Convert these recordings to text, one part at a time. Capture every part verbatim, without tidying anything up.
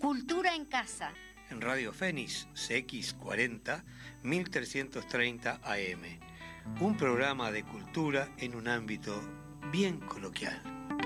Cultura en Casa. En Radio Fénix C X cuarenta, mil trescientos treinta A M. Un programa de cultura en un ámbito bien coloquial.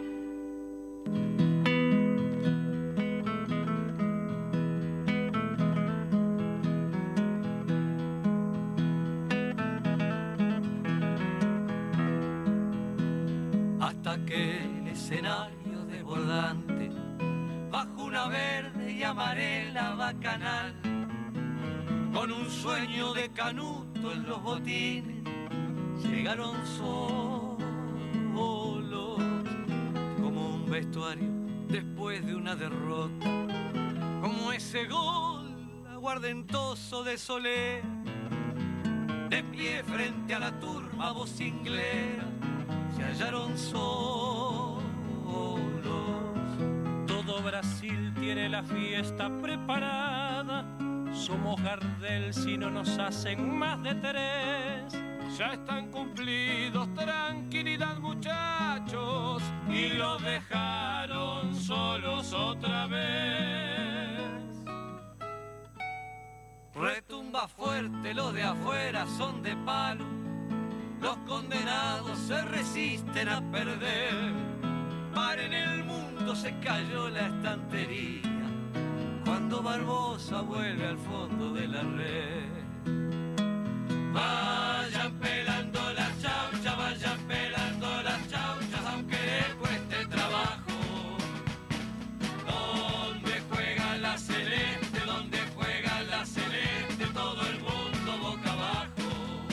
Hasta que el escenario desbordante, bajo una verde y amarela bacanal, con un sueño de canuto en los botines, llegaron solos, como un vestuario después de una derrota, como ese gol aguardentoso de Soler, de pie frente a la turba vocinglera, se hallaron solos. Todo Brasil tiene la fiesta preparada. Somos Gardel si no nos hacen más de tres. Ya están cumplidos, tranquilidad muchachos, y los dejaron solos otra vez. Retumba fuerte, los de afuera son de palo, los condenados se resisten a perder. Paren el mundo, se cayó la estantería, cuando Barbosa vuelve al fondo de la red. Vayan pelando las chauchas, vayan pelando las chauchas, aunque les cueste trabajo. Donde juega la celeste, donde juega la celeste, todo el mundo boca abajo.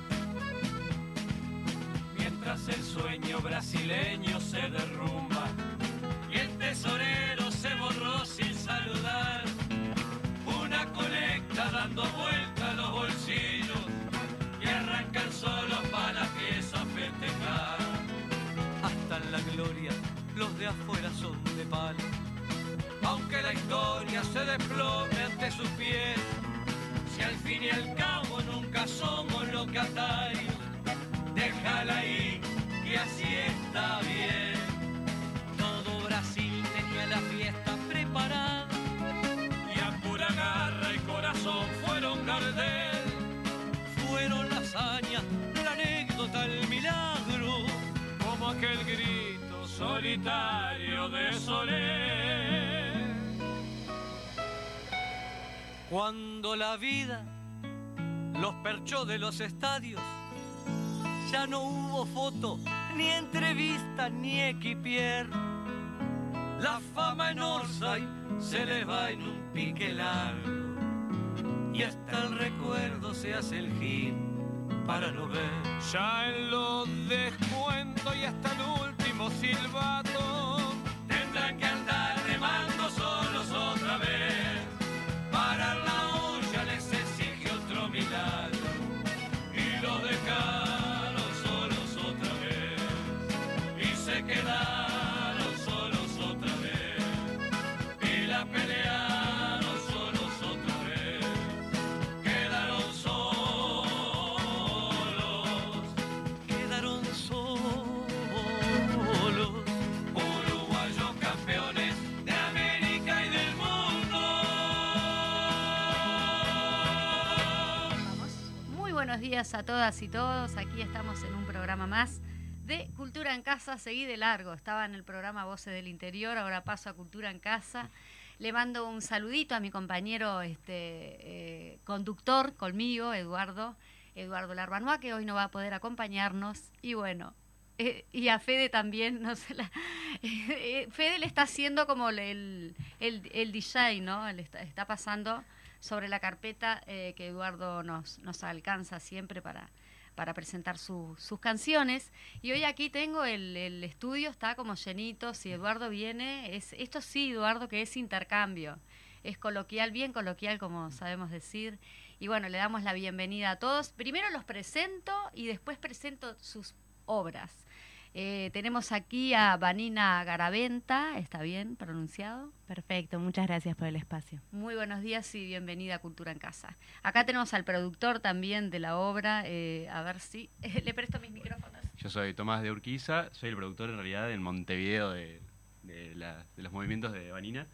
Mientras el sueño brasileño se derrumba y el tesorero se borró sin saludar, una colecta dando vuelta a los bolsillos y arrancan solos para la pieza a festejar. Hasta en la gloria los de afuera son de palo, aunque la historia se desplome ante sus pies, si al fin y al cabo nunca somos locatarios, déjala ahí que así está bien. Todo Brasil tenía la fiesta preparada y a pura garra y corazón fueron Gardel. Fueron la hazaña, la anécdota, el milagro, como aquel grito solitario de Soler. Cuando la vida los perchó de los estadios, ya no hubo foto, ni entrevista, ni equipier. La fama en Orsay se les va en un pique largo, y hasta el recuerdo se hace el gil para no ver. Ya en los descuentos y hasta el último silbato tendrán que andar remando solos otra vez. Parar la olla les exige otro milagro, y lo dejaron solos otra vez, y se quedaron solos otra vez, y la pelearon solos otra vez. Quedaron solos, quedaron solos. Uruguayos campeones de América y del mundo. Muy buenos días a todas y todos. Aquí estamos en un programa más de Cultura en Casa. Seguí de largo, estaba en el programa Voces del Interior, ahora paso a Cultura en Casa. Le mando un saludito a mi compañero este, eh, conductor conmigo, Eduardo, Eduardo Larbanois, que hoy no va a poder acompañarnos. Y bueno, eh, y a Fede también, no sé, la, eh, Fede le está haciendo como el, el, el D J, ¿no? Le está, está pasando sobre la carpeta eh, que Eduardo nos, nos alcanza siempre para, para presentar su, sus canciones. Y hoy aquí tengo el, el estudio, está como llenito. Si Eduardo viene, es esto sí, Eduardo, que es intercambio. Es coloquial, bien coloquial, como sabemos decir. Y bueno, le damos la bienvenida a todos. Primero los presento y después presento sus obras. Eh, tenemos aquí a Vanina Garaventa, ¿está bien pronunciado? Perfecto, muchas gracias por el espacio. Muy buenos días y bienvenida a Cultura en Casa. Acá tenemos al productor también de la obra, eh, a ver si... Eh, le presto mis micrófonos. Yo soy Tomás de Urquiza, soy el productor en realidad en Montevideo de, de, la, de los movimientos de Vanina.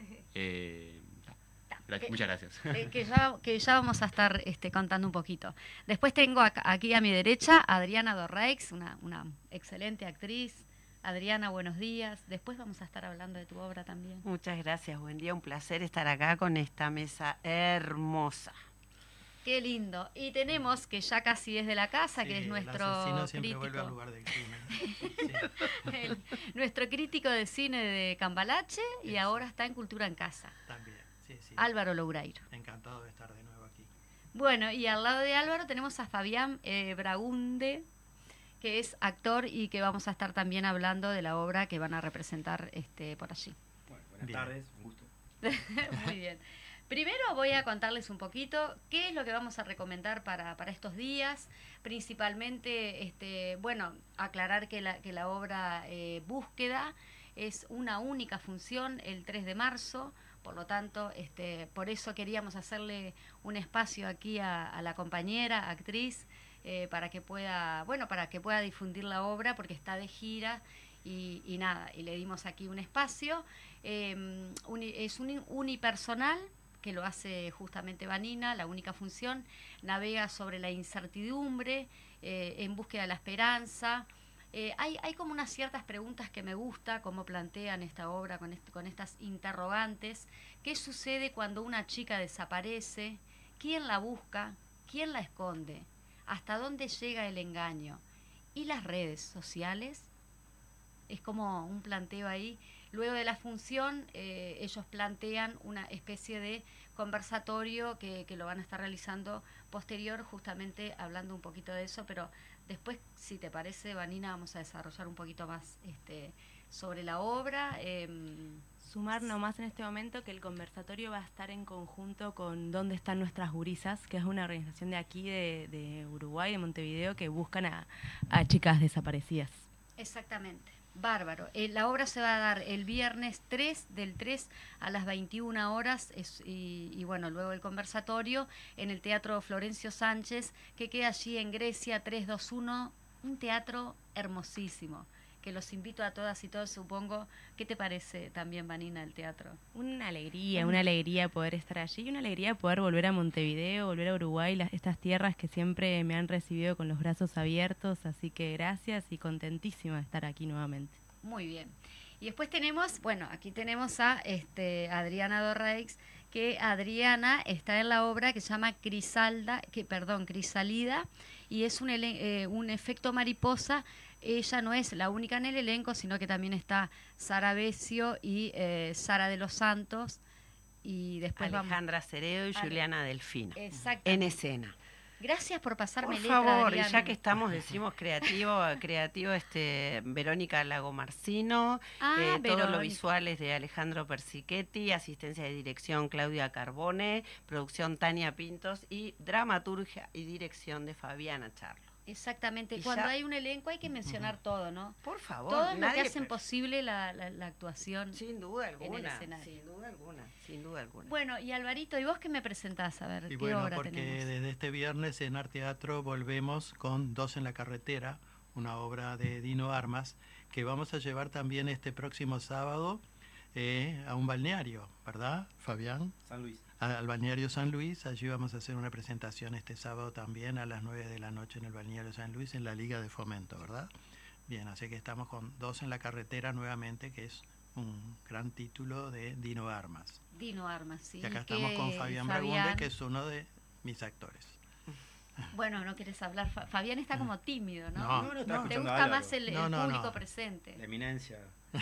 Eh, Que, muchas gracias. Eh, que, ya, que ya vamos a estar este, contando un poquito. Después tengo acá, aquí a mi derecha Adriana Dorreix, una, una excelente actriz. Adriana, buenos días. Después vamos a estar hablando de tu obra también. Muchas gracias, buen día, un placer estar acá con esta mesa hermosa. Qué lindo. Y tenemos, que ya casi es de la casa, sí, que es nuestro el siempre crítico. Vuelve al lugar del crimen. Sí. el, nuestro crítico de cine de Cambalache y Eso. Ahora está en Cultura en Casa. También, sí, sí. Álvaro Loureiro. Encantado de estar de nuevo aquí. Bueno, y al lado de Álvaro tenemos a Fabián eh, Bragunde, que es actor y que vamos a estar también hablando de la obra que van a representar este, por allí. Bueno, buenas Bien. tardes, un gusto. Muy bien. Primero voy a contarles un poquito qué es lo que vamos a recomendar para, para estos días. Principalmente, este, bueno, aclarar que la, que la obra eh, Búsqueda es una única función el tres de marzo. Por lo tanto, este, por eso queríamos hacerle un espacio aquí a, a la compañera, actriz, eh, para que pueda, bueno, para que pueda difundir la obra, porque está de gira y, y nada, y le dimos aquí un espacio. Eh, uni, es un unipersonal que lo hace justamente Vanina, la única función, navega sobre la incertidumbre, eh, en búsqueda de la esperanza. Eh, hay, hay como unas ciertas preguntas que me gusta, cómo plantean esta obra con, est con estas interrogantes. ¿Qué sucede cuando una chica desaparece? ¿Quién la busca? ¿Quién la esconde? ¿Hasta dónde llega el engaño? ¿Y las redes sociales? Es como un planteo ahí. Luego de la función, eh, ellos plantean una especie de conversatorio que, que lo van a estar realizando posterior, justamente hablando un poquito de eso, pero después, si te parece, Vanina, vamos a desarrollar un poquito más este, sobre la obra. Eh, Sumar nomás en este momento que el conversatorio va a estar en conjunto con ¿Dónde están nuestras gurisas?, que es una organización de aquí, de, de Uruguay, de Montevideo, que buscan a, a chicas desaparecidas. Exactamente. Bárbaro. Eh, la obra se va a dar el viernes tres, del tres a las veintiuna horas, es, y, y bueno, luego el conversatorio en el Teatro Florencio Sánchez, que queda allí en Grecia trescientos veintiuno, un teatro hermosísimo, que los invito a todas y todos, supongo. ¿Qué te parece también, Vanina, el teatro? Una alegría, una alegría poder estar allí, una alegría poder volver a Montevideo, volver a Uruguay, las, estas tierras que siempre me han recibido con los brazos abiertos, así que gracias y contentísima de estar aquí nuevamente. Muy bien. Y después tenemos, bueno, aquí tenemos a este, Adriana Dorreix, que Adriana está en la obra que se llama Crisalda, que perdón, Crisalida, y es un, eh, un efecto mariposa. Ella no es la única en el elenco, sino que también está Sara Besio y eh, Sara de los Santos. Y después Alejandra vamos... Ceredo y Ale. Juliana Delfino. Exacto. En escena. Gracias por pasarme Por letra, favor, Adriana. y ya que estamos, decimos creativo, creativo este Verónica Lagomarcino, Ah, eh, todo lo Verónica. visual es de Alejandro Persichetti, asistencia de dirección Claudia Carbone, producción Tania Pintos y dramaturgia y dirección de Fabiana Charlo. Exactamente. Y Cuando ya- hay un elenco hay que mencionar todo, ¿no? Por favor, Todo lo nadie que hacen per- posible la, la, la actuación. Sin duda el alguna, escenario. sin duda alguna, sin duda alguna. Bueno, y Alvarito, ¿y vos qué me presentás? A ver, Y ¿qué bueno, obra porque tenemos? desde este viernes en Arte Teatro volvemos con Dos en la Carretera, una obra de Dino Armas, que vamos a llevar también este próximo sábado eh, a un balneario, ¿verdad, Fabián? San Luis. A- Al balneario San Luis. Allí vamos a hacer una presentación este sábado también a las nueve de la noche en el balneario San Luis, en la Liga de Fomento, ¿verdad? Bien, así que estamos con Dos en la Carretera nuevamente, que es un gran título de Dino Armas. Dino Armas, sí. Y acá que estamos con Fabián Fabián- Bragunde, que es uno de mis actores. Bueno, no querés hablar. Fa- Fabián está como tímido, ¿no? No, No, no, estaba ¿Te escuchando gusta algo. más el, No, el no, público no. presente? La eminencia.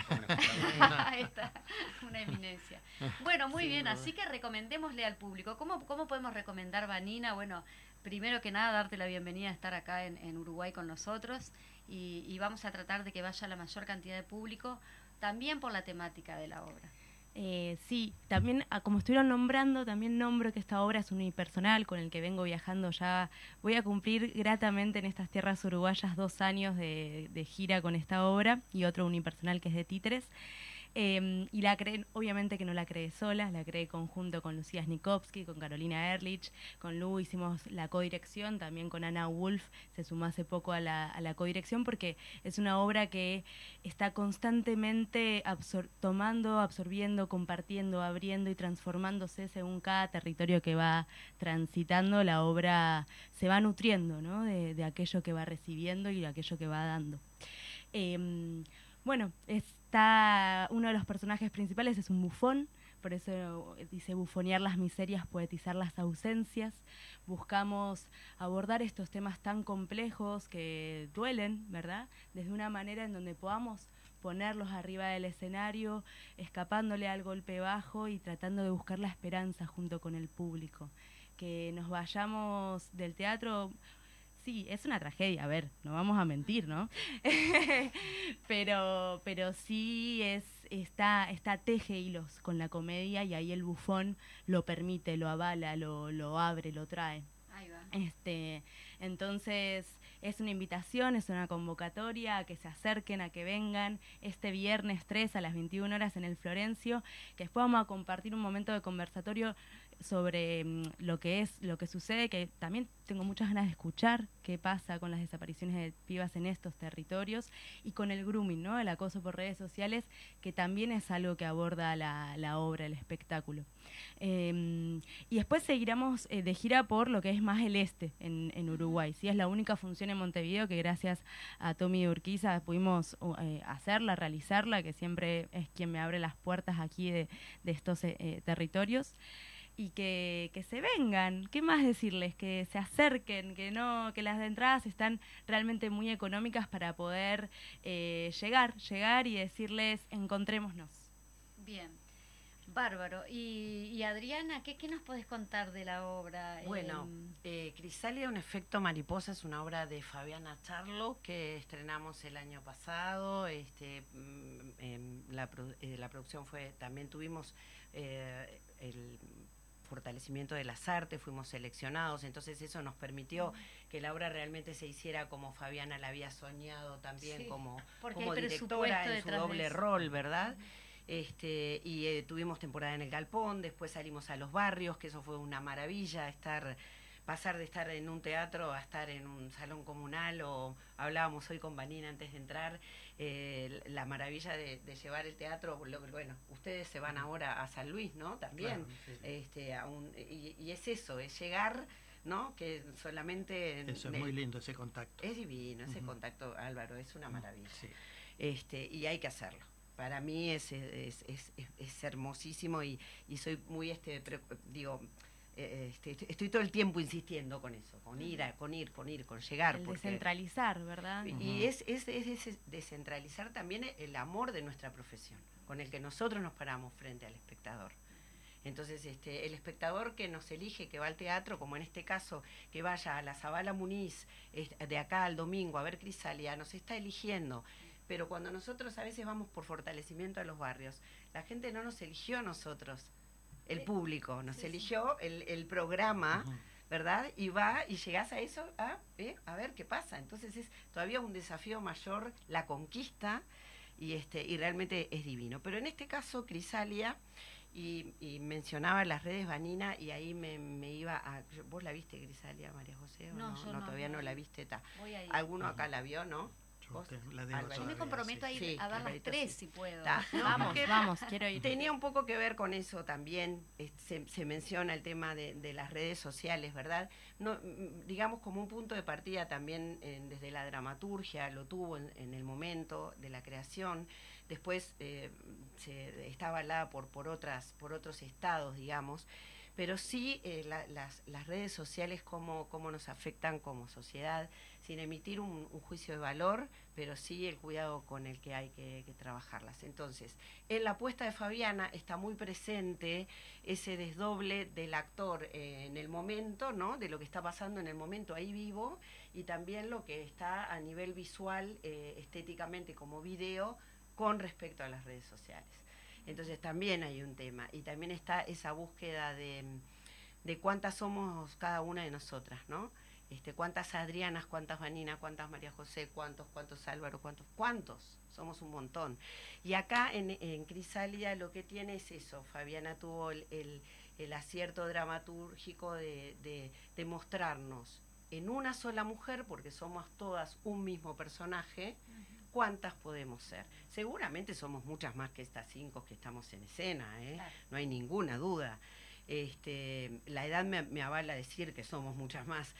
Ahí está, una eminencia. Bueno, muy Sin bien, duda. así que recomendémosle al público. ¿Cómo, cómo podemos recomendar, Vanina? Bueno, primero que nada, darte la bienvenida a estar acá en, en Uruguay con nosotros y, y vamos a tratar de que vaya la mayor cantidad de público, también por la temática de la obra. Eh, sí, también, ah, como estuvieron nombrando, también nombro que esta obra es un unipersonal con el que vengo viajando ya. Voy a cumplir gratamente en estas tierras uruguayas dos años de, de gira con esta obra y otro unipersonal que es de títeres. Eh, y la creé, obviamente que no la creé sola, la creé conjunto con Lucía Snikovsky, con Carolina Ehrlich, con Lu hicimos la codirección, también con Ana Wolf, se sumó hace poco a la, a la codirección, porque es una obra que está constantemente absor tomando, absorbiendo, compartiendo, abriendo y transformándose según cada territorio que va transitando. La obra se va nutriendo, ¿no?, de, de aquello que va recibiendo y de aquello que va dando. Eh, bueno, está uno de los personajes principales es un bufón, por eso dice bufonear las miserias, poetizar las ausencias. Buscamos abordar estos temas tan complejos que duelen, ¿verdad?, desde una manera en donde podamos ponerlos arriba del escenario, escapándole al golpe bajo y tratando de buscar la esperanza junto con el público. Que nos vayamos del teatro. Sí, es una tragedia, a ver, no vamos a mentir, ¿no? pero, pero sí es, está, está teje hilos con la comedia y ahí el bufón lo permite, lo avala, lo, lo abre, lo trae. Ahí va. Este, entonces es una invitación, es una convocatoria a que se acerquen, a que vengan este viernes tres a las veintiuna horas en el Florencio, que después vamos a compartir un momento de conversatorio sobre um, lo que es, lo que sucede, que también tengo muchas ganas de escuchar qué pasa con las desapariciones de pibas en estos territorios y con el grooming, ¿no?, el acoso por redes sociales, que también es algo que aborda la, la obra, el espectáculo. Eh, y después seguiremos eh, de gira por lo que es más el este en, en Uruguay. Sí, es la única función en Montevideo que gracias a Tommy Urquiza pudimos eh, hacerla, realizarla, que siempre es quien me abre las puertas aquí de, de estos eh, territorios. Y que, que se vengan, ¿qué más decirles? Que se acerquen, que no, que las de entradas están realmente muy económicas para poder eh, llegar, llegar y decirles encontrémonos. Bien, bárbaro. Y, y Adriana, ¿qué, ¿qué nos podés contar de la obra? Bueno, Eh, eh, Crisálida, un efecto mariposa, es una obra de Fabiana Charlo que estrenamos el año pasado. Este, mm, em, la, produ eh, la producción fue, también tuvimos eh, el fortalecimiento de las artes, fuimos seleccionados, entonces eso nos permitió que la obra realmente se hiciera como Fabiana la había soñado también, Sí, como, porque como hay directora presupuesto en su detrás de doble eso. rol, ¿verdad? Este, y eh, tuvimos temporada en el Galpón, después salimos a los barrios, que eso fue una maravilla, estar pasar de estar en un teatro a estar en un salón comunal, o hablábamos hoy con Vanina antes de entrar, eh, la maravilla de, de llevar el teatro. Bueno, ustedes se van ahora a San Luis, ¿no? También, Claro, sí, sí. este, a un, y, y es eso, es llegar, ¿no? Que solamente... Eso es de, muy lindo, ese contacto. Es divino, ese Uh-huh. contacto, Álvaro, es una maravilla. Sí. Este, y hay que hacerlo. Para mí es, es, es, es, es hermosísimo y, y soy muy, este, pre, digo... Este, estoy todo el tiempo insistiendo con eso, con ir, a, con ir, con ir, con llegar. El porque, descentralizar, ¿verdad? Y Uh-huh. es, es, es, es descentralizar también el amor de nuestra profesión, con el que nosotros nos paramos frente al espectador. Entonces, este, el espectador que nos elige, que va al teatro, como en este caso, que vaya a la Zabala Muniz, de acá al domingo a ver Crisálida, nos está eligiendo. Pero cuando nosotros a veces vamos por fortalecimiento a los barrios, la gente no nos eligió a nosotros, el público, nos sí, eligió sí. el, el programa, Uh-huh. ¿verdad? Y va y llegás a eso, a, ¿eh? a ver qué pasa. Entonces es todavía un desafío mayor la conquista, y este y realmente es divino. Pero en este caso, Crisálida, y, y mencionaba las redes Vanina, y ahí me, me iba a... ¿Vos la viste, Crisálida, María José? ¿O No, no, yo no, no, todavía no. no la viste. Ta. voy a ir. ¿Alguno acá la vio, no? Yo ¿Vos? te- la debo Álvaro. Yo me todavía, comprometo sí. a ir Sí, a ver las Alvarito, tres sí. si puedo. Ta. No, Vamos, porque vamos, quiero ir. tenía un poco que ver con eso también. eh, se, se menciona el tema de, de las redes sociales, ¿verdad? No, mm, digamos como un punto de partida también eh, desde la dramaturgia, lo tuvo en, en el momento de la creación. Después eh, se, está avalada por, por, otras, por otros estados, digamos. Pero sí eh, la, las, las redes sociales, cómo, cómo nos afectan como sociedad, sin emitir un, un juicio de valor, pero sí el cuidado con el que hay que, que trabajarlas. Entonces, en la apuesta de Fabiana está muy presente ese desdoble del actor eh, en el momento, ¿no? De lo que está pasando en el momento ahí vivo, y también lo que está a nivel visual, eh, estéticamente como video, con respecto a las redes sociales. Entonces también hay un tema, y también está esa búsqueda de, de cuántas somos cada una de nosotras, ¿no? Este, ¿Cuántas Adrianas, cuántas Vaninas, cuántas María José, cuántos, cuántos Álvaro, cuántos, cuántos? Somos un montón. Y acá en, en Crisálida lo que tiene es eso. Fabiana tuvo el, el, el acierto dramatúrgico de, de, de mostrarnos en una sola mujer, porque somos todas un mismo personaje, cuántas podemos ser. Seguramente somos muchas más que estas cinco que estamos en escena, ¿eh? Claro. No hay ninguna duda. Este, la edad me, me avala decir que somos muchas más,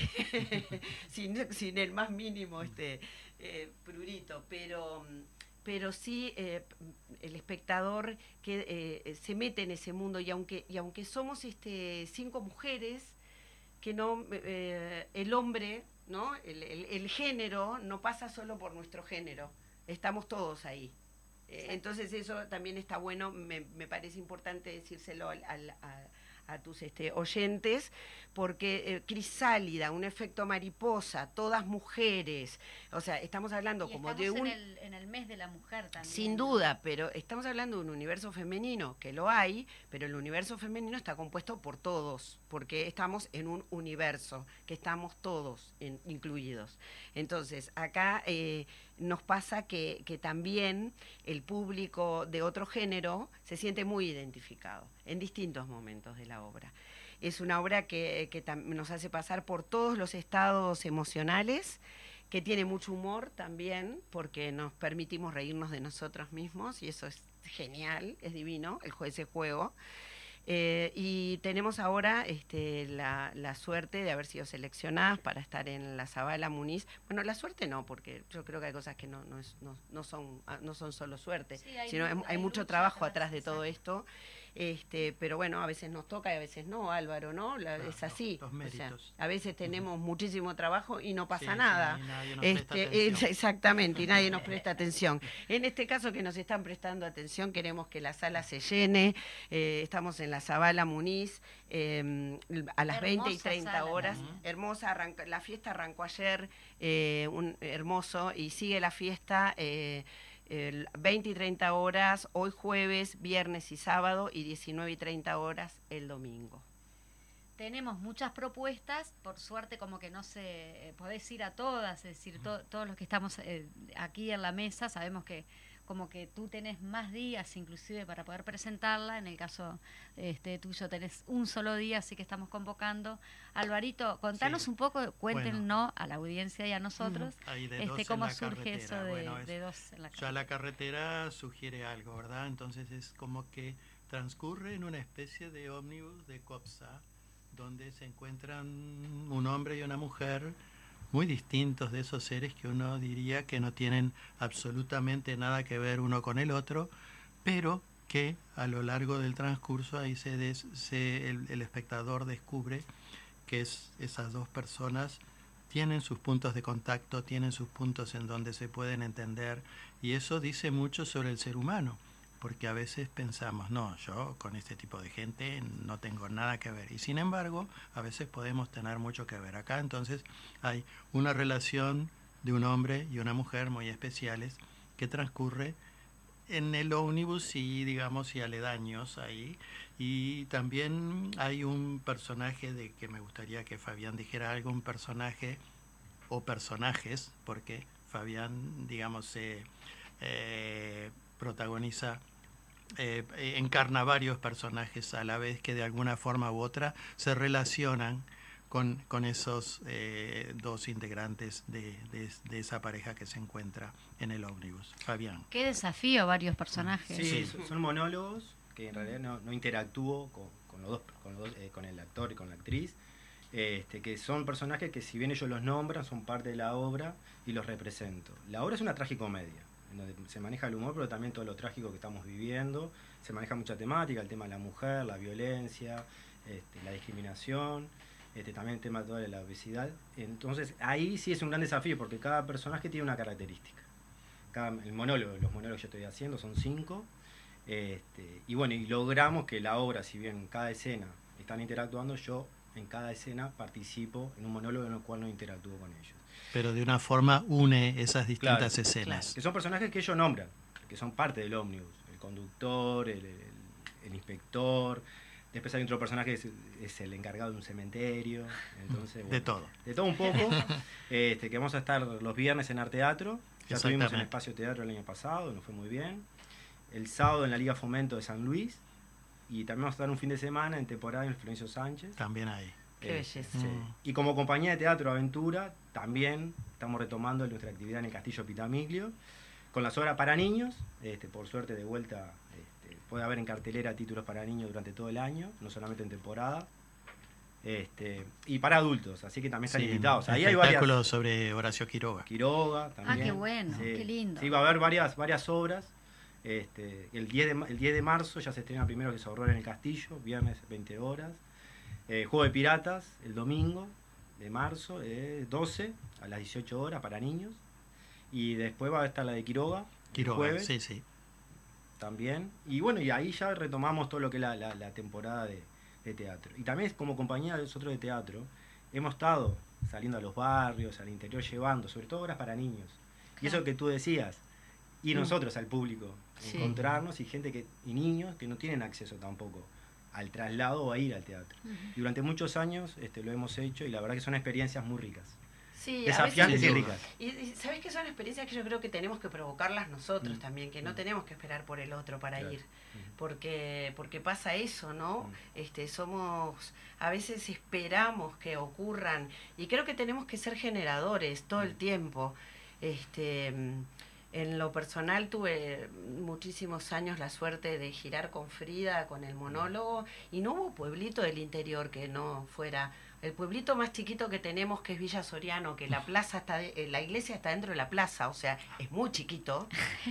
sin, sin el más mínimo este, eh, prurito, pero, pero sí eh, el espectador que eh, se mete en ese mundo, y aunque, y aunque somos este, cinco mujeres, que no eh, el hombre, ¿no? El, el, el género no pasa solo por nuestro género, estamos todos ahí. Eh, entonces eso también está bueno, me, me parece importante decírselo al, al, a, a tus este, oyentes, porque eh, Crisálida, un efecto mariposa, todas mujeres, o sea, estamos hablando y como estamos de un... En el, en el mes de la mujer también. Sin duda, pero estamos hablando de un universo femenino, que lo hay, pero el universo femenino está compuesto por todos, porque estamos en un universo, que estamos todos en, incluidos. Entonces, acá eh, nos pasa que, que también el público de otro género se siente muy identificado en distintos momentos de la obra. Es una obra que, que nos hace pasar por todos los estados emocionales, que tiene mucho humor también, porque nos permitimos reírnos de nosotros mismos, y eso es genial, es divino, el juego, ese juego. Eh, y tenemos ahora este, la, la suerte de haber sido seleccionadas para estar en la Zabala Muniz. Bueno, la suerte no, porque yo creo que hay cosas que no, no, es, no, no, son, no son solo suerte, sí, hay, sino hay, hay mucho trabajo atrás de todo esto. Este, pero bueno, a veces nos toca y a veces no, Álvaro, ¿no? La, claro, es así. Los méritos. O sea, a veces tenemos uh-huh. muchísimo trabajo y no pasa sí, nada. Sí, y nadie nos este, presta atención. Exactamente, y nadie nos presta atención. En este caso que nos están prestando atención, queremos que la sala se llene. Eh, estamos en la Zabala Muniz eh, a las hermosa veinte y treinta sala, horas. Uh-huh. Hermosa, arranca, la fiesta arrancó ayer, eh, un, hermoso, y sigue la fiesta... Eh, El veinte y treinta horas, hoy jueves, viernes y sábado, y diecinueve y treinta horas el domingo. Tenemos muchas propuestas, por suerte como que no se, eh, podés ir a todas, es decir, to, todos los que estamos eh, aquí en la mesa, sabemos que como que tú tenés más días inclusive para poder presentarla, en el caso este, tuyo tenés un solo día, así que estamos convocando. Alvarito, contanos sí. un poco, cuéntenos bueno. a la audiencia y a nosotros este, cómo surge eso de, bueno, es, de dos en la carretera. Ya la carretera sugiere algo, ¿verdad? Entonces es como que transcurre en una especie de ómnibus de Copsa, donde se encuentran un hombre y una mujer muy distintos, de esos seres que uno diría que no tienen absolutamente nada que ver uno con el otro, pero que a lo largo del transcurso ahí se, des, se el, el espectador descubre que es, esas dos personas tienen sus puntos de contacto, tienen sus puntos en donde se pueden entender, y eso dice mucho sobre el ser humano, porque a veces pensamos, no, yo con este tipo de gente no tengo nada que ver, y sin embargo a veces podemos tener mucho que ver. Acá entonces hay una relación de un hombre y una mujer muy especiales que transcurre en el ómnibus y digamos y aledaños ahí, y también hay un personaje de que me gustaría que Fabián dijera algo, un personaje o personajes, porque Fabián digamos eh, eh, protagoniza, eh, encarna varios personajes a la vez que de alguna forma u otra se relacionan con, con esos eh, dos integrantes de, de, de esa pareja que se encuentra en el ómnibus. Fabián. Qué desafío, varios personajes. Sí, sí. son monólogos que en realidad no, no interactúo con, con los dos, con, los dos eh, con el actor y con la actriz, este, que son personajes que si bien ellos los nombran, son parte de la obra y los represento. La obra es una tragicomedia, en donde se maneja el humor, pero también todo lo trágico que estamos viviendo. Se maneja mucha temática, el tema de la mujer, la violencia, este, la discriminación, este, también el tema de la obesidad. Entonces ahí sí es un gran desafío, porque cada personaje tiene una característica. Cada, el monólogo, los monólogos que yo estoy haciendo son cinco, este, y bueno, y logramos que la obra, si bien cada escena están interactuando, yo en cada escena participo en un monólogo en el cual no interactúo con ellos. Pero de una forma une esas distintas claro, escenas. Claro. Que son personajes que ellos nombran, que son parte del ómnibus. El conductor, el, el, el inspector, Después hay otro personaje que es, es el encargado de un cementerio. Entonces, bueno, de todo. De todo un poco. este, que vamos a estar los viernes en Arteatro. Ya tuvimos un espacio teatro el año pasado, nos fue muy bien. El sábado en la Liga Fomento de San Luis. Y también vamos a estar un fin de semana en temporada en Florencio Sánchez. También ahí. Qué belleza. Sí. Mm. Y como compañía de teatro Aventura, también estamos retomando nuestra actividad en el Castillo Pitamiglio, con las obras para niños. Este, por suerte, de vuelta, este, puede haber en cartelera títulos para niños durante todo el año, no solamente en temporada. Este, y para adultos, así que también están Sí, invitados. Ahí hay espectáculos varias. sobre Horacio Quiroga. Quiroga también. Ah, qué bueno, qué lindo. Sí, va a haber varias, varias obras. Este, el, diez de, el diez de marzo ya se estrena primero que es Horror en el Castillo, viernes veinte horas. Eh, Juego de Piratas, el domingo de marzo, eh, doce a las dieciocho horas para niños. Y después va a estar la de Quiroga, Quiroga, el jueves, sí, sí. también. Y bueno, y ahí ya retomamos todo lo que es la, la, la temporada de, de teatro. Y también como compañía de nosotros de teatro, hemos estado saliendo a los barrios, al interior, llevando, sobre todo obras para niños. Claro. Y eso que tú decías, y mm. nosotros al público, sí. encontrarnos, y gente que, y niños que no tienen acceso tampoco al traslado o a ir al teatro. Uh-huh. Y durante muchos años este, lo hemos hecho y la verdad que son experiencias muy ricas. Sí, desafiantes veces, y ricas. Y, y sabes que son experiencias que yo creo que tenemos que provocarlas nosotros mm. también, que no mm. tenemos que esperar por el otro para claro. ir, porque porque pasa eso, ¿no? Mm. Este, somos, a veces esperamos que ocurran y creo que tenemos que ser generadores todo el tiempo. Este, en lo personal tuve muchísimos años la suerte de girar con Frida, con el monólogo, y no hubo pueblito del interior que no fuera. El pueblito más chiquito que tenemos, que es Villa Soriano, que la plaza está de, la iglesia está dentro de la plaza, o sea, es muy chiquito.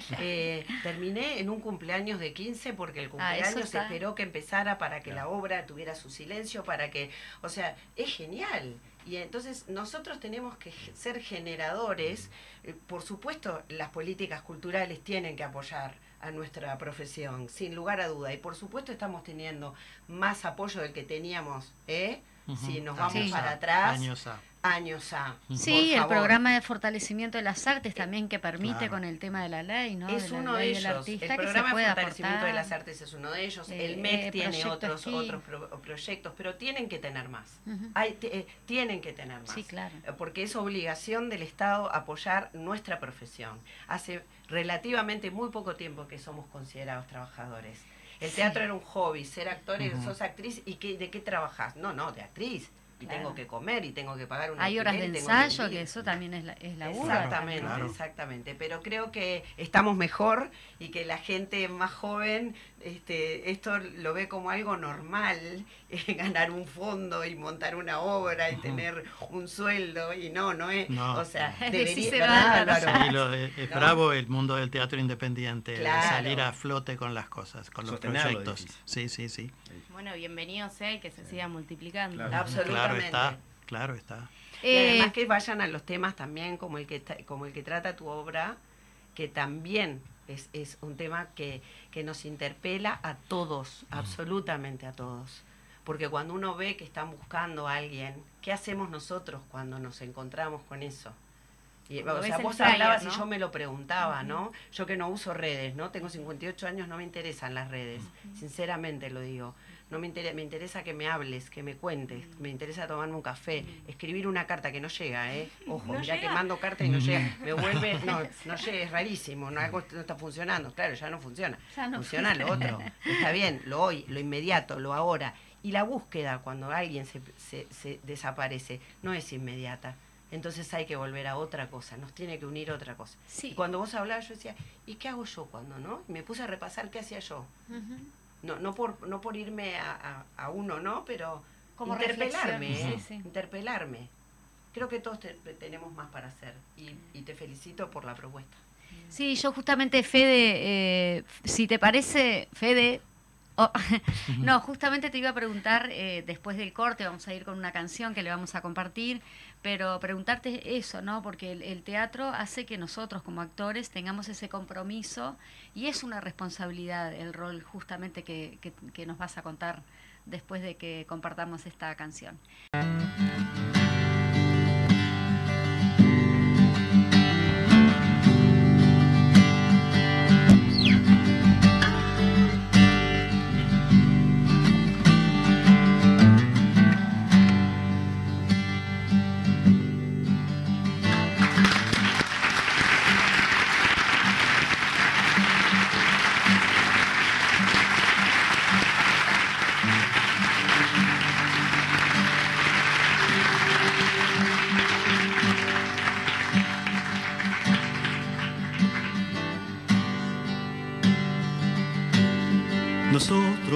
Eh, terminé en un cumpleaños de quince porque el cumpleaños ah, se esperó que empezara para que claro. la obra tuviera su silencio, para que, o sea, es genial. Y entonces nosotros tenemos que ser generadores. Eh, por supuesto, las políticas culturales tienen que apoyar a nuestra profesión, sin lugar a duda. Y por supuesto estamos teniendo más apoyo del que teníamos, ¿eh? Uh-huh. Si nos vamos sí. para atrás, años a. Años a. Sí, el programa de fortalecimiento de las artes también que permite claro. con el tema de la ley, ¿no? Es de uno de ellos. Artista, el programa que se de fortalecimiento aportar. de las artes es uno de ellos. Eh, el M E C eh, tiene otros aquí. otros pro proyectos, pero tienen que tener más. Uh-huh. Hay, eh, tienen que tener más. Sí, claro. Porque es obligación del Estado apoyar nuestra profesión. Hace relativamente muy poco tiempo que somos considerados trabajadores. El sí. teatro era un hobby, ser actor, uh-huh. sos actriz, ¿y qué, de qué trabajás? No, no, de actriz. Y claro. tengo que comer y tengo que pagar una hay horas de ensayo, que, que eso también es la es la exactamente claro. exactamente pero creo que estamos mejor y que la gente más joven este esto lo ve como algo normal, eh, ganar un fondo y montar una obra y uh-huh. tener un sueldo, y no no es no. o sea debería, ¿verdad, sí, lo de, es ¿no? bravo el mundo del teatro independiente, claro. de salir a flote con las cosas, con los proyectos. Sí, sí, sí. Bueno, bienvenido sea y que se siga multiplicando. Claro. Absolutamente. Claro está, claro está. Y eh, además que vayan a los temas también como el que como el que trata tu obra, que también es, es un tema que, que nos interpela a todos, uh-huh. absolutamente a todos. Porque cuando uno ve que están buscando a alguien, ¿qué hacemos nosotros cuando nos encontramos con eso? Y, o sea, vos flyer, hablabas ¿no? y yo me lo preguntaba, uh-huh. ¿no? Yo que no uso redes, ¿no? Tengo cincuenta y ocho años, no me interesan las redes, uh-huh. sinceramente lo digo. No me interesa, me interesa que me hables, que me cuentes, me interesa tomarme un café, escribir una carta que no llega, ¿eh? Ojo, no mirá llega. que mando carta y no llega, me vuelve, no, no llega, es rarísimo, no, algo no está funcionando, claro, ya no funciona, ya no funciona lo otro, está bien, lo hoy, lo inmediato, lo ahora, y la búsqueda cuando alguien se, se, se desaparece no es inmediata. Entonces hay que volver a otra cosa, nos tiene que unir otra cosa. Sí. Y cuando vos hablabas yo decía, ¿y qué hago yo cuando no? Y me puse a repasar qué hacía yo. Uh-huh. No, no por no por irme a, a, a uno, ¿no? Pero como interpelarme, ¿eh? sí, sí. interpelarme. Creo que todos te, tenemos más para hacer y, y te felicito por la propuesta. Sí, yo justamente, Fede, eh, si te parece, Fede, oh, no, justamente te iba a preguntar, eh, después del corte vamos a ir con una canción que le vamos a compartir, pero preguntarte eso, ¿no? Porque el, el teatro hace que nosotros como actores tengamos ese compromiso y es una responsabilidad el rol justamente que, que, que nos vas a contar después de que compartamos esta canción.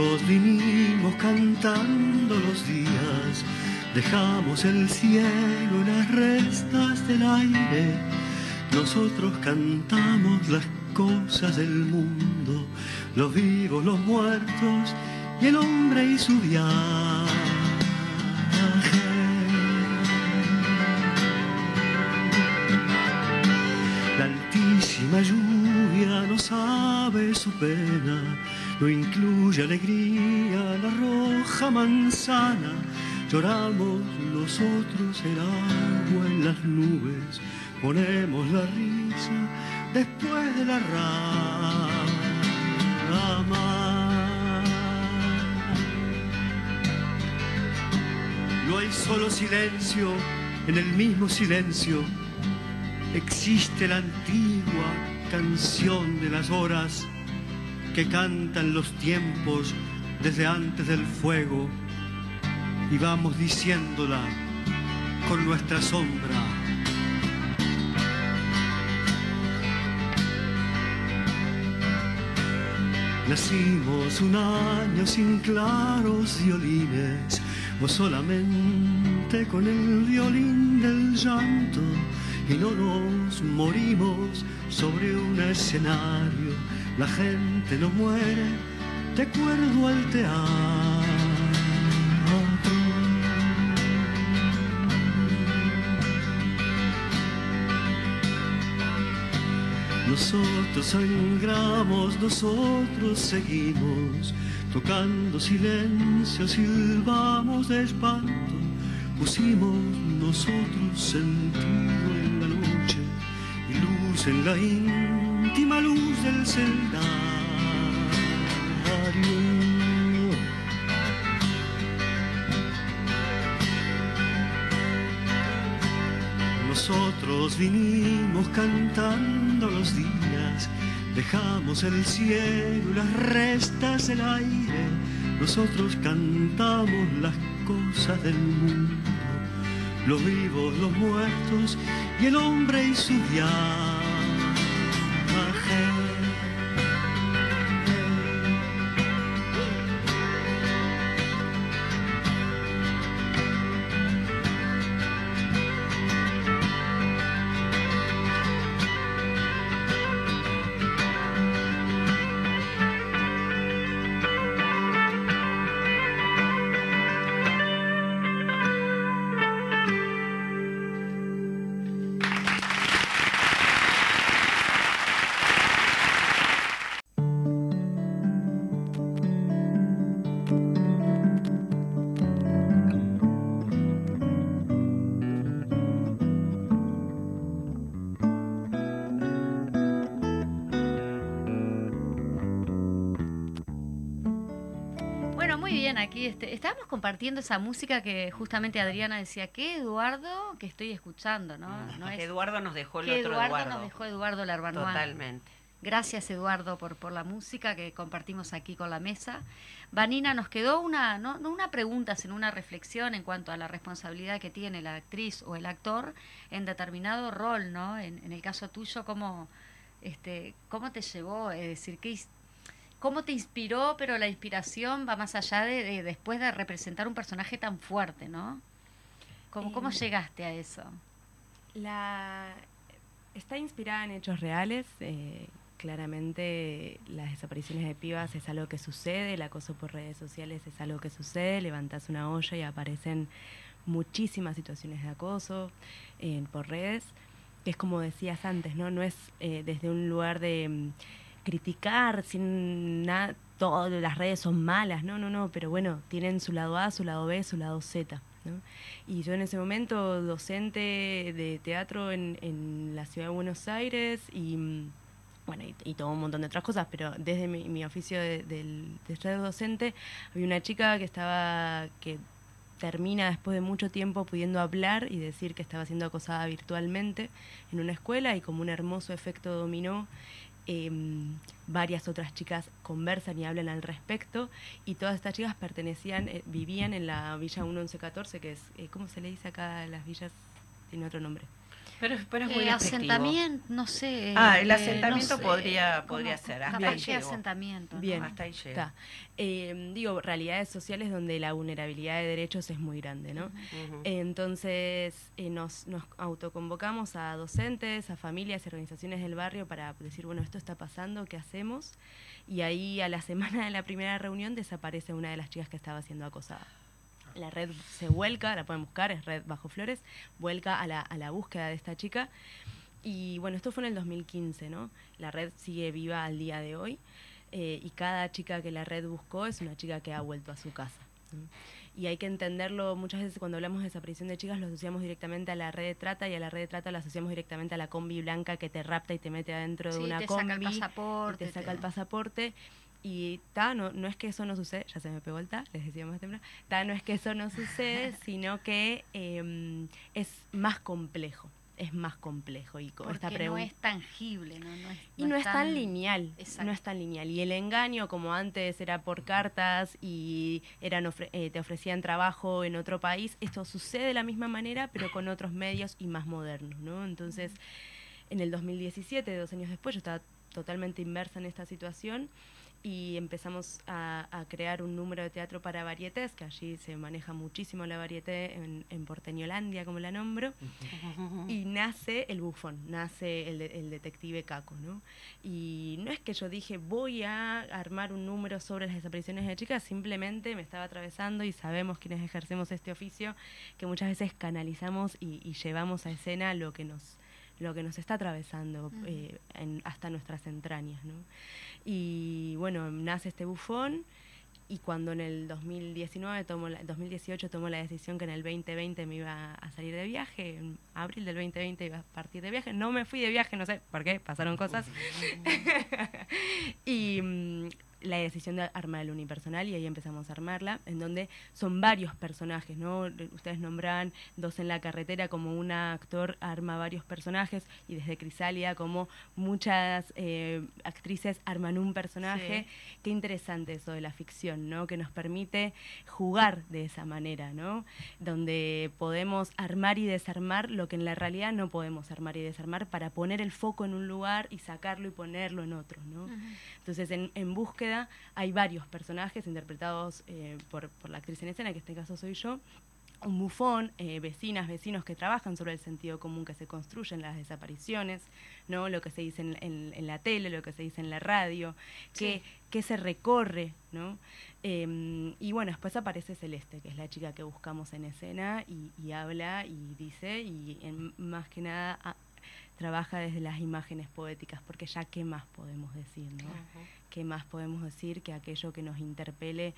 Nosotros vinimos cantando los días, dejamos el cielo y las restas del aire. Nosotros cantamos las cosas del mundo, los vivos, los muertos y el hombre y su viaje. La altísima lluvia no sabe su pena, no incluye alegría la roja manzana. Lloramos nosotros el agua en las nubes, ponemos la risa después de la rama. No hay solo silencio, en el mismo silencio existe la antigua canción de las horas que cantan los tiempos desde antes del fuego, y vamos diciéndola con nuestra sombra. Nacimos un año sin claros violines, o solamente con el violín del llanto, y no nos morimos sobre un escenario. La gente no muere de acuerdo al teatro. Nosotros sangramos, nosotros seguimos tocando silencio, silbamos de espanto. Pusimos nosotros sentido en la noche y luz en la íntima luz del celdario. Nosotros vinimos cantando los días, dejamos el cielo y las restas del aire. Nosotros cantamos las cosas del mundo, los vivos, los muertos y el hombre y su viaje. Aquí este, estábamos compartiendo esa música que justamente Adriana decía, ¿qué Eduardo que estoy escuchando? ¿no? No que es, Eduardo nos dejó el que otro Eduardo, Eduardo. nos dejó Eduardo Larbanua. Totalmente. Gracias Eduardo por, por la música que compartimos aquí con la mesa. Vanina, nos quedó una, no, no una pregunta, sino una reflexión en cuanto a la responsabilidad que tiene la actriz o el actor en determinado rol, ¿no? En, en el caso tuyo, ¿cómo, este, cómo te llevó? Es decir, ¿qué ¿cómo te inspiró? Pero la inspiración va más allá de, de después de representar un personaje tan fuerte, ¿no? ¿Cómo, eh, ¿Cómo llegaste a eso? La está inspirada en hechos reales. Eh, claramente las desapariciones de pibas es algo que sucede, el acoso por redes sociales es algo que sucede, levantás una olla y aparecen muchísimas situaciones de acoso eh, por redes, que es como decías antes, ¿no? No es eh, desde un lugar de criticar sin nada, todas las redes son malas, no, no, no, pero bueno, tienen su lado A, su lado B, su lado Z, ¿no? Y yo en ese momento, docente de teatro en, en la ciudad de Buenos Aires y bueno, y, y todo un montón de otras cosas, pero desde mi, mi oficio de, de, de ser docente, había una chica que estaba, que termina después de mucho tiempo pudiendo hablar y decir que estaba siendo acosada virtualmente en una escuela, y como un hermoso efecto dominó, Eh, varias otras chicas conversan y hablan al respecto, y todas estas chicas pertenecían, eh, vivían en la Villa mil once catorce, que es, eh, ¿cómo se le dice acá a las villas? Tiene otro nombre. Pero, pero es muy eh, despectivo. asentamiento, no sé. Ah, el eh, asentamiento no sé, podría, ¿cómo? podría ser. Hasta Capaz ahí que llego. asentamiento. ¿no? Bien, Hasta ahí llego. está. Eh, digo, realidades sociales donde la vulnerabilidad de derechos es muy grande, ¿no? Ujú. Entonces eh, nos, nos autoconvocamos a docentes, a familias y organizaciones del barrio para decir, bueno, esto está pasando, ¿qué hacemos? Y ahí a la semana de la primera reunión desaparece una de las chicas que estaba siendo acosada. La red se vuelca, la pueden buscar, es Red Bajo Flores, vuelca a la, a la búsqueda de esta chica. Y bueno, esto fue en el dos mil quince, ¿no? La red sigue viva al día de hoy. Eh, y cada chica que la red buscó es una chica que ha vuelto a su casa, ¿no? Y hay que entenderlo, muchas veces cuando hablamos de desaparición de chicas lo asociamos directamente a la red de trata, y a la red de trata la asociamos directamente a la combi blanca que te rapta y te mete adentro de Sí, una te combi, saca el pasaporte, y te saca te- el pasaporte. Y ta, no, no es que eso no sucede, ya se me pegó el ta, les decía más temprano, ta, no es que eso no sucede, sino que eh, es más complejo. Es más complejo y con esta Porque no pregunta es tangible, ¿no? no es, y no es tan lineal, Exacto. no es tan lineal. Y el engaño, como antes era por cartas y eran ofre- eh, te ofrecían trabajo en otro país, esto sucede de la misma manera, pero con otros medios y más modernos, ¿no? Entonces, en el dos mil diecisiete, dos años después, yo estaba totalmente inmersa en esta situación y empezamos a, a crear un número de teatro para varietés, que allí se maneja muchísimo la varieté en, en Porteñolandia, como la nombro. Y nace el bufón, nace el, de- el detective Caco, ¿no? Y no es que yo dije, voy a armar un número sobre las desapariciones de chicas, simplemente me estaba atravesando y sabemos quienes ejercemos este oficio, que muchas veces canalizamos y, y llevamos a escena lo que nos lo que nos está atravesando Ujú. eh, en- hasta nuestras entrañas, ¿no? Y bueno, nace este bufón. Y cuando en el dos mil diecinueve tomo la, dos mil dieciocho tomó la decisión que en el veinte veinte me iba a salir de viaje, en abril del veinte veinte iba a partir de viaje, no me fui de viaje, no sé por qué, pasaron cosas. Y mm, la decisión de armar el unipersonal, y ahí empezamos a armarla, en donde son varios personajes, ¿no? Ustedes nombran Dos en la carretera, como un actor arma varios personajes, y desde Crisálida como muchas eh, actrices arman un personaje. Sí. Qué interesante eso de la ficción, ¿no? Que nos permite jugar de esa manera, ¿no? Donde podemos armar y desarmar lo que en la realidad no podemos armar y desarmar, para poner el foco en un lugar y sacarlo y ponerlo en otro, ¿no? Ujú. Entonces, en, en búsqueda hay varios personajes interpretados eh, por, por la actriz en escena, que en este caso soy yo, un bufón, eh, vecinas, vecinos que trabajan sobre el sentido común que se construye en las desapariciones, ¿no? Lo que se dice en, en, en la tele, lo que se dice en la radio, que, Sí. que se recorre, ¿no? Eh, y bueno, después aparece Celeste, que es la chica que buscamos en escena y, y habla y dice, y en, más que nada a, trabaja desde las imágenes poéticas, porque ya qué más podemos decir, ¿no? Ujú. ¿Qué más podemos decir que aquello que nos interpele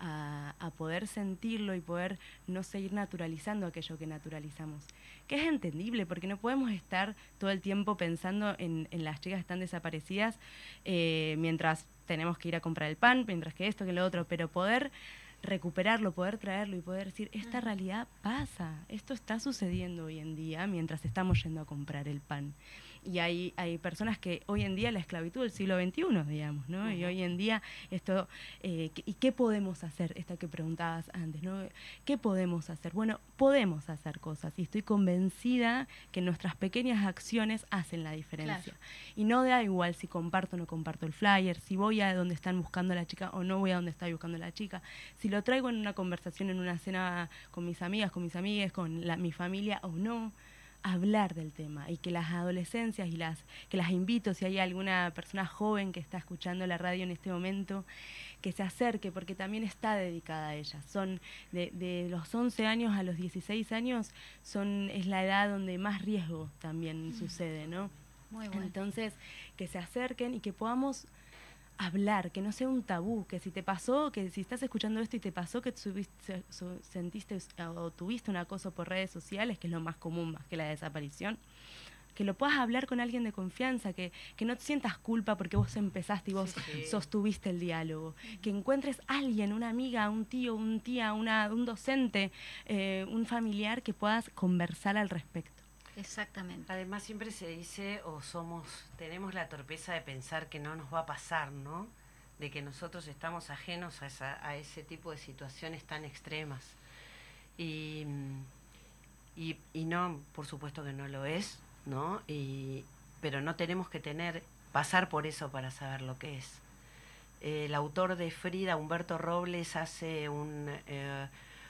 a, a poder sentirlo y poder no seguir naturalizando aquello que naturalizamos? Que es entendible, porque no podemos estar todo el tiempo pensando en, en las chicas que están desaparecidas eh, mientras tenemos que ir a comprar el pan, mientras que esto, que lo otro, pero poder recuperarlo, poder traerlo y poder decir, esta realidad pasa, esto está sucediendo hoy en día mientras estamos yendo a comprar el pan. Y hay, hay personas que hoy en día la esclavitud del siglo veintiuno, digamos, ¿no? Uh-huh. Y hoy en día esto, eh, ¿y qué podemos hacer? Esta que preguntabas antes, ¿no? ¿Qué podemos hacer? Bueno, podemos hacer cosas, y estoy convencida que nuestras pequeñas acciones hacen la diferencia. Claro. Y no da igual si comparto o no comparto el flyer, si voy a donde están buscando a la chica o no voy a donde está buscando a la chica, si lo traigo en una conversación, en una cena con mis amigas, con mis amigas, con la, mi familia o no. Hablar del tema, y que las adolescencias y las que las invito, si hay alguna persona joven que está escuchando la radio en este momento, que se acerque, porque también está dedicada a ellas. Son de, de los once años a los dieciséis años, son es la edad donde más riesgo también mm. sucede, ¿no? Muy bueno. Entonces, que se acerquen y que podamos hablar, que no sea un tabú, que si te pasó, que si estás escuchando esto y te pasó que subiste, su, sentiste o tuviste un acoso por redes sociales, que es lo más común más que la desaparición, que lo puedas hablar con alguien de confianza, que, que no te sientas culpa porque vos empezaste y vos sí, sí. sostuviste el diálogo, que encuentres a alguien, una amiga, un tío, un tía, una, un docente, eh, un familiar, que puedas conversar al respecto. Exactamente. Además siempre se dice, o somos, tenemos la torpeza de pensar que no nos va a pasar, ¿no? De que nosotros estamos ajenos a, esa, a ese tipo de situaciones tan extremas. Y, y, y no, por supuesto que no lo es, ¿no? Y, pero no tenemos que tener, pasar por eso para saber lo que es. El autor de Frida, Humberto Robles, hace un, eh,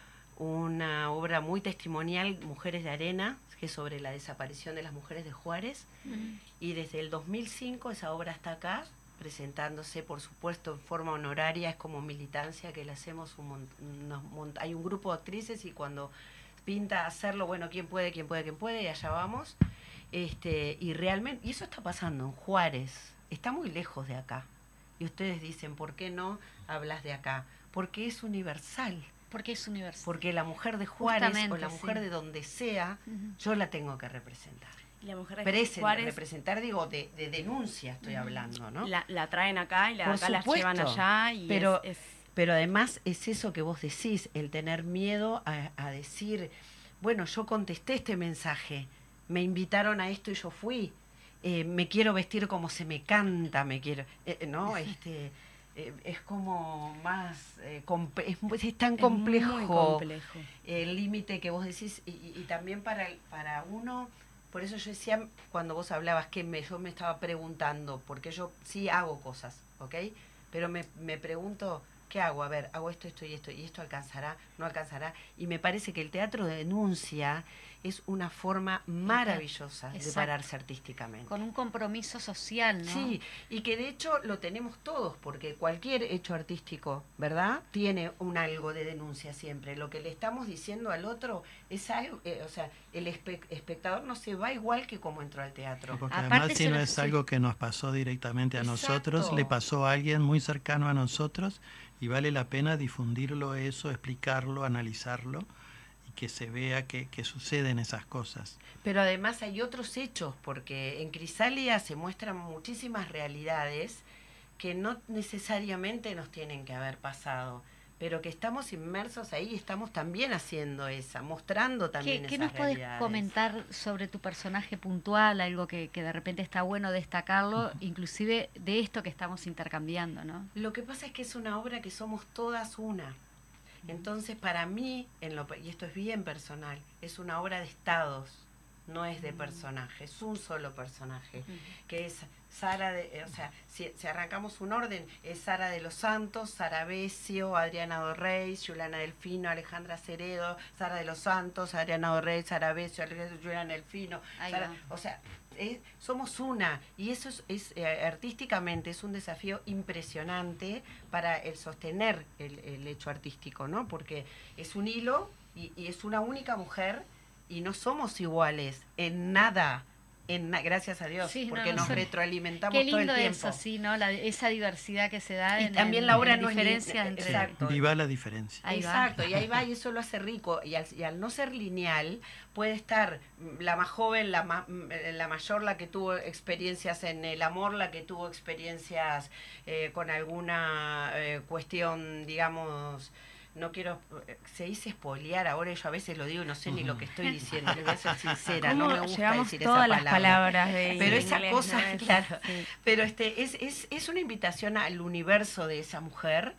una obra muy testimonial, Mujeres de Arena, que es sobre la desaparición de las mujeres de Juárez, uh-huh. y desde el dos mil cinco esa obra está acá, presentándose, por supuesto, en forma honoraria, es como militancia que le hacemos, un mon- unos mon- hay un grupo de actrices y cuando pinta hacerlo, bueno, quién puede, quién puede, quién puede, y allá vamos, este, y realmente, y eso está pasando en Juárez, está muy lejos de acá. Y ustedes dicen, ¿por qué no hablas de acá? Porque es universal. Porque es universal. Porque la mujer de Juárez Justamente, o la mujer sí. de donde sea, uh-huh. yo la tengo que representar. Y la mujer de Presen, Juárez, representar, digo, de, de denuncia estoy uh-huh. hablando, ¿no? La, la traen acá y la, Por acá la llevan allá. Y pero, es, es... pero además es eso que vos decís, el tener miedo a, a decir, bueno, yo contesté este mensaje, me invitaron a esto y yo fui. Eh, me quiero vestir como se me canta, me quiero, eh, no, este, eh, es como más, eh, comp- es, es tan complejo, es muy complejo. El límite que vos decís y, y también para para uno, por eso yo decía cuando vos hablabas que me, yo me estaba preguntando, porque yo sí hago cosas, ¿ok? Pero me, me pregunto, ¿qué hago? A ver, hago esto, esto y esto, y esto alcanzará, no alcanzará, y me parece que el teatro de denuncia es una forma maravillosa Exacto. de pararse artísticamente. Con un compromiso social, ¿no? Sí, y que de hecho lo tenemos todos, porque cualquier hecho artístico, ¿verdad? Tiene un algo de denuncia siempre. Lo que le estamos diciendo al otro es algo, eh, o sea, el espe- espectador no se va igual que como entró al teatro. Porque Aparte además si no lo- es sí. algo que nos pasó directamente a Exacto. nosotros, le pasó a alguien muy cercano a nosotros y vale la pena difundirlo eso, explicarlo, analizarlo. Que se vea que, que suceden esas cosas. Pero además hay otros hechos, porque en Crisálida se muestran muchísimas realidades que no necesariamente nos tienen que haber pasado, pero que estamos inmersos ahí y estamos también haciendo esa, mostrando también ¿Qué, ¿qué esas nos podés realidades. comentar sobre tu personaje puntual, algo que, que de repente está bueno destacarlo, uh-huh. inclusive de esto que estamos intercambiando, ¿no? Lo que pasa es que es una obra que somos todas una. Entonces, para mí, en lo, y esto es bien personal, es una obra de estados, no es de personaje, es un solo personaje, uh-huh. que es Sara, de, o sea, si, si arrancamos un orden, es Sara de los Santos, Sara Besio, Adriana Dorreis, Juliana Delfino, Alejandra Ceredo, Sara de los Santos, Adriana Dorreis, Sara Besio, Juliana Delfino, Sara, o sea, es, somos una, y eso es, es eh, artísticamente es un desafío impresionante para el sostener el, el hecho artístico, ¿no? Porque es un hilo y, y es una única mujer y no somos iguales en nada. En na- gracias a Dios, sí, porque no, nos no, retroalimentamos qué lindo todo el tiempo. eso, sí, ¿no? La, esa diversidad que se da y en, también en, la obra en no es diferencias li- entre... exacto. Viva la diferencia. Ahí Exacto, va. y ahí va, y eso lo hace rico. Y al, y al no ser lineal, puede estar la más joven, la, ma, la mayor, la que tuvo experiencias en el amor, la que tuvo experiencias eh, con alguna eh, cuestión, digamos... No quiero, se dice espolear ahora, yo a veces lo digo y no sé ni lo que estoy diciendo, les voy a ser sincera, no me gusta llevamos decir todas esa las palabra. palabras de pero inglés, esa cosa, ¿no? Es, claro, sí. pero este es, es, es una invitación al universo de esa mujer.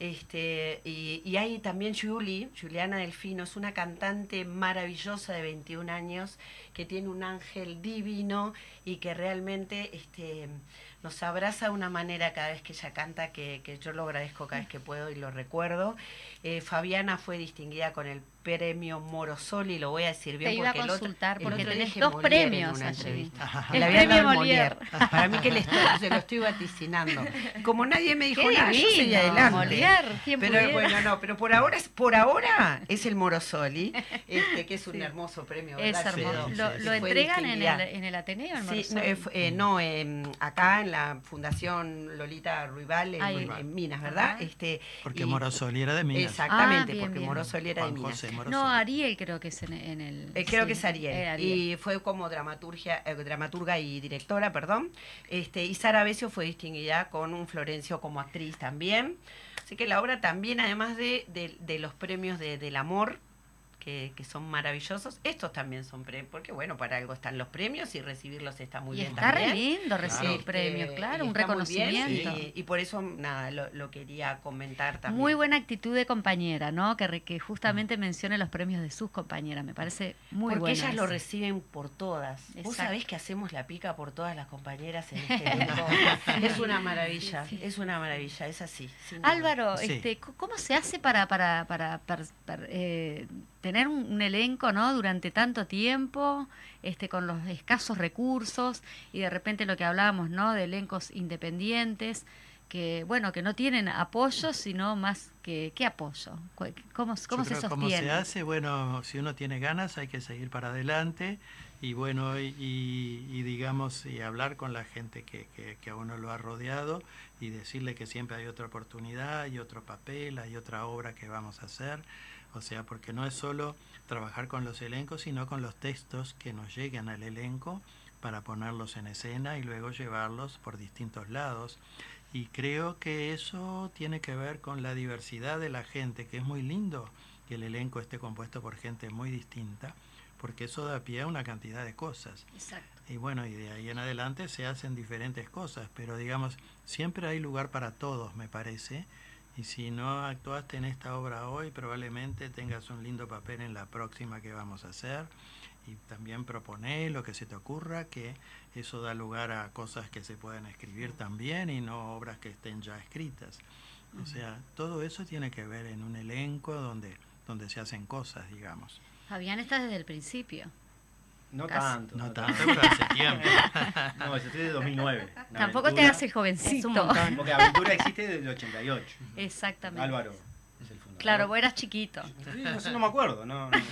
Este, y, y hay también Julie, Juliana Delfino, es una cantante maravillosa de veintiún años que tiene un ángel divino y que realmente este, nos abraza de una manera cada vez que ella canta que, que yo lo agradezco cada vez que puedo y lo recuerdo. Eh, Fabiana fue distinguida con el premio Morosoli, lo voy a decir bien Te iba porque a consultar el otro, porque el otro tenés dije dos Molière en premios una allí. entrevista. El Le habían premio dado Molière. Molière. Para mí que le estoy, se lo estoy vaticinando. Como nadie me dijo Qué nada, yo seguí divino, adelante. Molière, ¿quién Pero pudiera? bueno, no, pero por ahora es por ahora es el Morosoli, este que es un Sí. hermoso premio. Es ¿verdad? hermoso. Sí, lo sí, lo sí. Fue entregan en distinguida. el, en el Ateneo, en Sí, Morosoli. no, eh, fu- eh, no eh, acá en la Fundación Lolita Ruibal en, Ahí en- va. en Minas, ¿verdad? Ajá. Este, Porque y- Morosoli era de Minas. Exactamente, Ah, bien, porque bien. Morosoli era Juan de Minas. José Morosoli. No, Ariel creo que es en, en el... Eh, creo sí, que es Ariel. era Ariel. Y fue como dramaturgia, eh, dramaturga y directora, perdón. Este, y Sara Besio fue distinguida con un Florencio como actriz también. Así que la obra también, además de, de, de los premios de, del amor, que, que son maravillosos. Estos también son premios, porque bueno, para algo están los premios y recibirlos está muy y bien está también. re lindo recibir Este, premios, claro, y un está muy bien, reconocimiento. y, y por eso, nada, lo, lo quería comentar también. Muy buena actitud de compañera, ¿no? Que, re- que justamente mencione los premios de sus compañeras, me parece muy Porque bueno. ellas lo eso. reciben por todas. Vos Exacto. sabés que hacemos la pica por todas las compañeras en este elenco. Es una maravilla, Sí, sí. es una maravilla, es así. sin duda. Álvaro, Sí. este, c- ¿cómo se hace para, para, para, para- para, eh, tener un, un elenco, ¿no? Durante tanto tiempo, este, con los escasos recursos y de repente lo que hablábamos, ¿no? De elencos independientes que, bueno, que no tienen apoyo, sino más que ¿qué apoyo? Cu- ¿Cómo, cómo Yo se creo sostiene? ¿Cómo se hace? Bueno, si uno tiene ganas hay que seguir para adelante y bueno, y, y- y digamos, y hablar con la gente que, que, que a uno lo ha rodeado y decirle que siempre hay otra oportunidad, hay otro papel, hay otra obra que vamos a hacer. O sea, porque no es solo trabajar con los elencos, sino con los textos que nos lleguen al elenco para ponerlos en escena y luego llevarlos por distintos lados. Y creo que eso tiene que ver con la diversidad de la gente, que es muy lindo que el elenco esté compuesto por gente muy distinta, porque eso da pie a una cantidad de cosas. Exacto. Y bueno, y de ahí en adelante se hacen diferentes cosas, pero digamos, siempre hay lugar para todos, me parece. Y si no actuaste en esta obra hoy, probablemente tengas un lindo papel en la próxima que vamos a hacer. Y también proponé lo que se te ocurra, que eso da lugar a cosas que se pueden escribir también y no obras que estén ya escritas. O sea, todo eso tiene que ver en un elenco donde, donde se hacen cosas, digamos. Fabián está desde el principio. No Casi. tanto. No tanto, pero hace tiempo. No, yo estoy de dos mil nueve. Una Tampoco te aventura, hagas el jovencito. Es un montón. Porque Aventura existe desde el ochenta y ocho. Exactamente. Álvaro es el fundador. Claro, vos eras chiquito. Sí, no sé, no me acuerdo. No, no, no.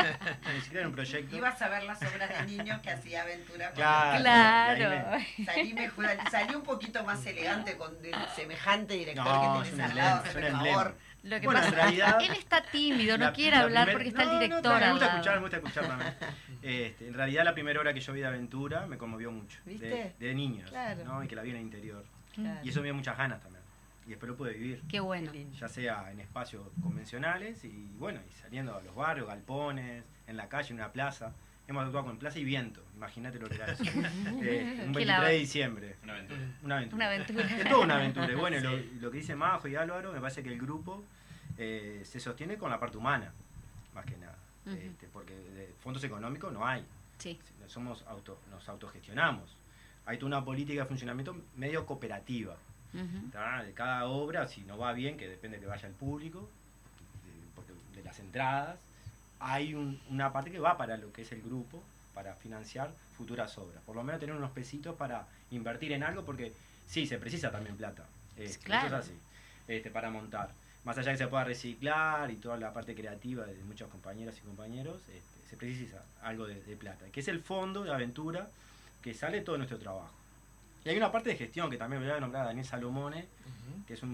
Ni siquiera era un proyecto. Ibas a ver las obras de niños que hacía Aventura. con- Claro. Claro. y ahí me- Salí, mejor, salí un poquito más elegante con de- semejante director No, que es tenés un al lado, emblema, es un por emblema. favor. Lo que Bueno, pasa en realidad- él está tímido, no La- quiere la hablar primer- porque está el no, director No, me al gusta lado. escuchar, me gusta escuchar también. Este, en realidad la primera obra que yo vi de Aventura me conmovió mucho. ¿Viste? De, de niños, Claro. ¿no? Y que la vi en el interior. Claro. Y eso me dio muchas ganas también. Y después lo pude vivir. Qué bueno. Qué lindo. Ya sea en espacios convencionales y bueno, y saliendo a los barrios, galpones, en la calle, en una plaza. Hemos actuado con Plaza y Viento, imagínate lo que era eso. Eh, un Qué veintitrés la- de diciembre. Una aventura. Una aventura. Una aventura. Es toda una aventura. Y bueno, lo, lo que dice Majo y Álvaro, me parece que el grupo eh, se sostiene con la parte humana, más que nada. Ujú. Este, porque de fondos económicos no hay. Sí. Somos auto, nos autogestionamos. Hay toda una política de funcionamiento medio cooperativa. Ujú. ¿Tá? De cada obra, si no va bien, que depende que vaya el público, de, porque de las entradas, hay un- una parte que va para lo que es el grupo, para financiar futuras obras. Por lo menos tener unos pesitos para invertir en algo, porque sí, se precisa también plata. Este, Claro. Eso es así, este, para montar. Más allá de que se pueda reciclar y toda la parte creativa de muchos compañeras y compañeros, este, se precisa algo de, de plata, que es el fondo de aventura que sale todo nuestro trabajo. Y hay una parte de gestión que también voy a nombrar a Daniel Salomone, que es un,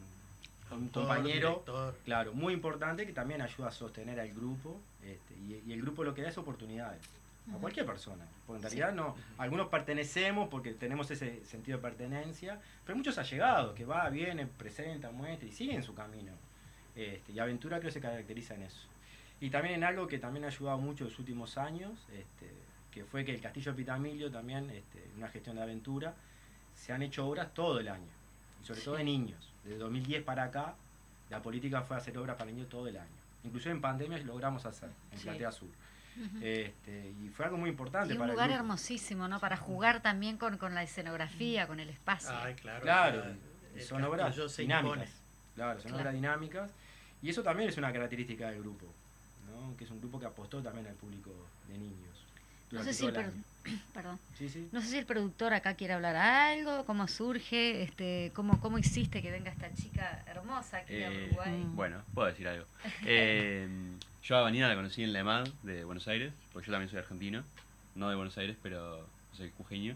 un Autor, compañero, director. claro, muy importante, que también ayuda a sostener al grupo, este, y, y el grupo lo que da es oportunidades a cualquier persona, porque en realidad no, algunos pertenecemos porque tenemos ese sentido de pertenencia, pero hay muchos allegados que va, viene, presenta, muestra y siguen su camino. Este, y Aventura creo que se caracteriza en eso. Y también en algo que también ha ayudado mucho en los últimos años, este, que fue que el Castillo de Pitamilio también, este, en una gestión de Aventura, se han hecho obras todo el año, y sobre todo de niños. Desde dos mil diez para acá, la política fue hacer obras para niños todo el año. Inclusive en pandemia logramos hacer, en Sí. Platea Sur. Ujú. Este, y fue algo muy importante Y un para lugar el grupo. hermosísimo, ¿no? Para jugar también con, con la escenografía, con el espacio. Ay, claro. Claro, o sea, y el son obras castillo se dinámicas. impone. Claro, son Claro. obras dinámicas. Y eso también es una característica del grupo, ¿no? Que es un grupo que apostó también al público de niños. No durante sé si el, todo el produ- año. perdón. Sí, sí. No sé si el productor acá quiere hablar algo, cómo surge, este, cómo, cómo hiciste que venga esta chica hermosa aquí a Eh, Uruguay. Bueno, puedo decir algo. Eh, yo a Vanina la conocí en la EMAD de Buenos Aires, porque yo también soy argentino, no de Buenos Aires, pero soy jujeño.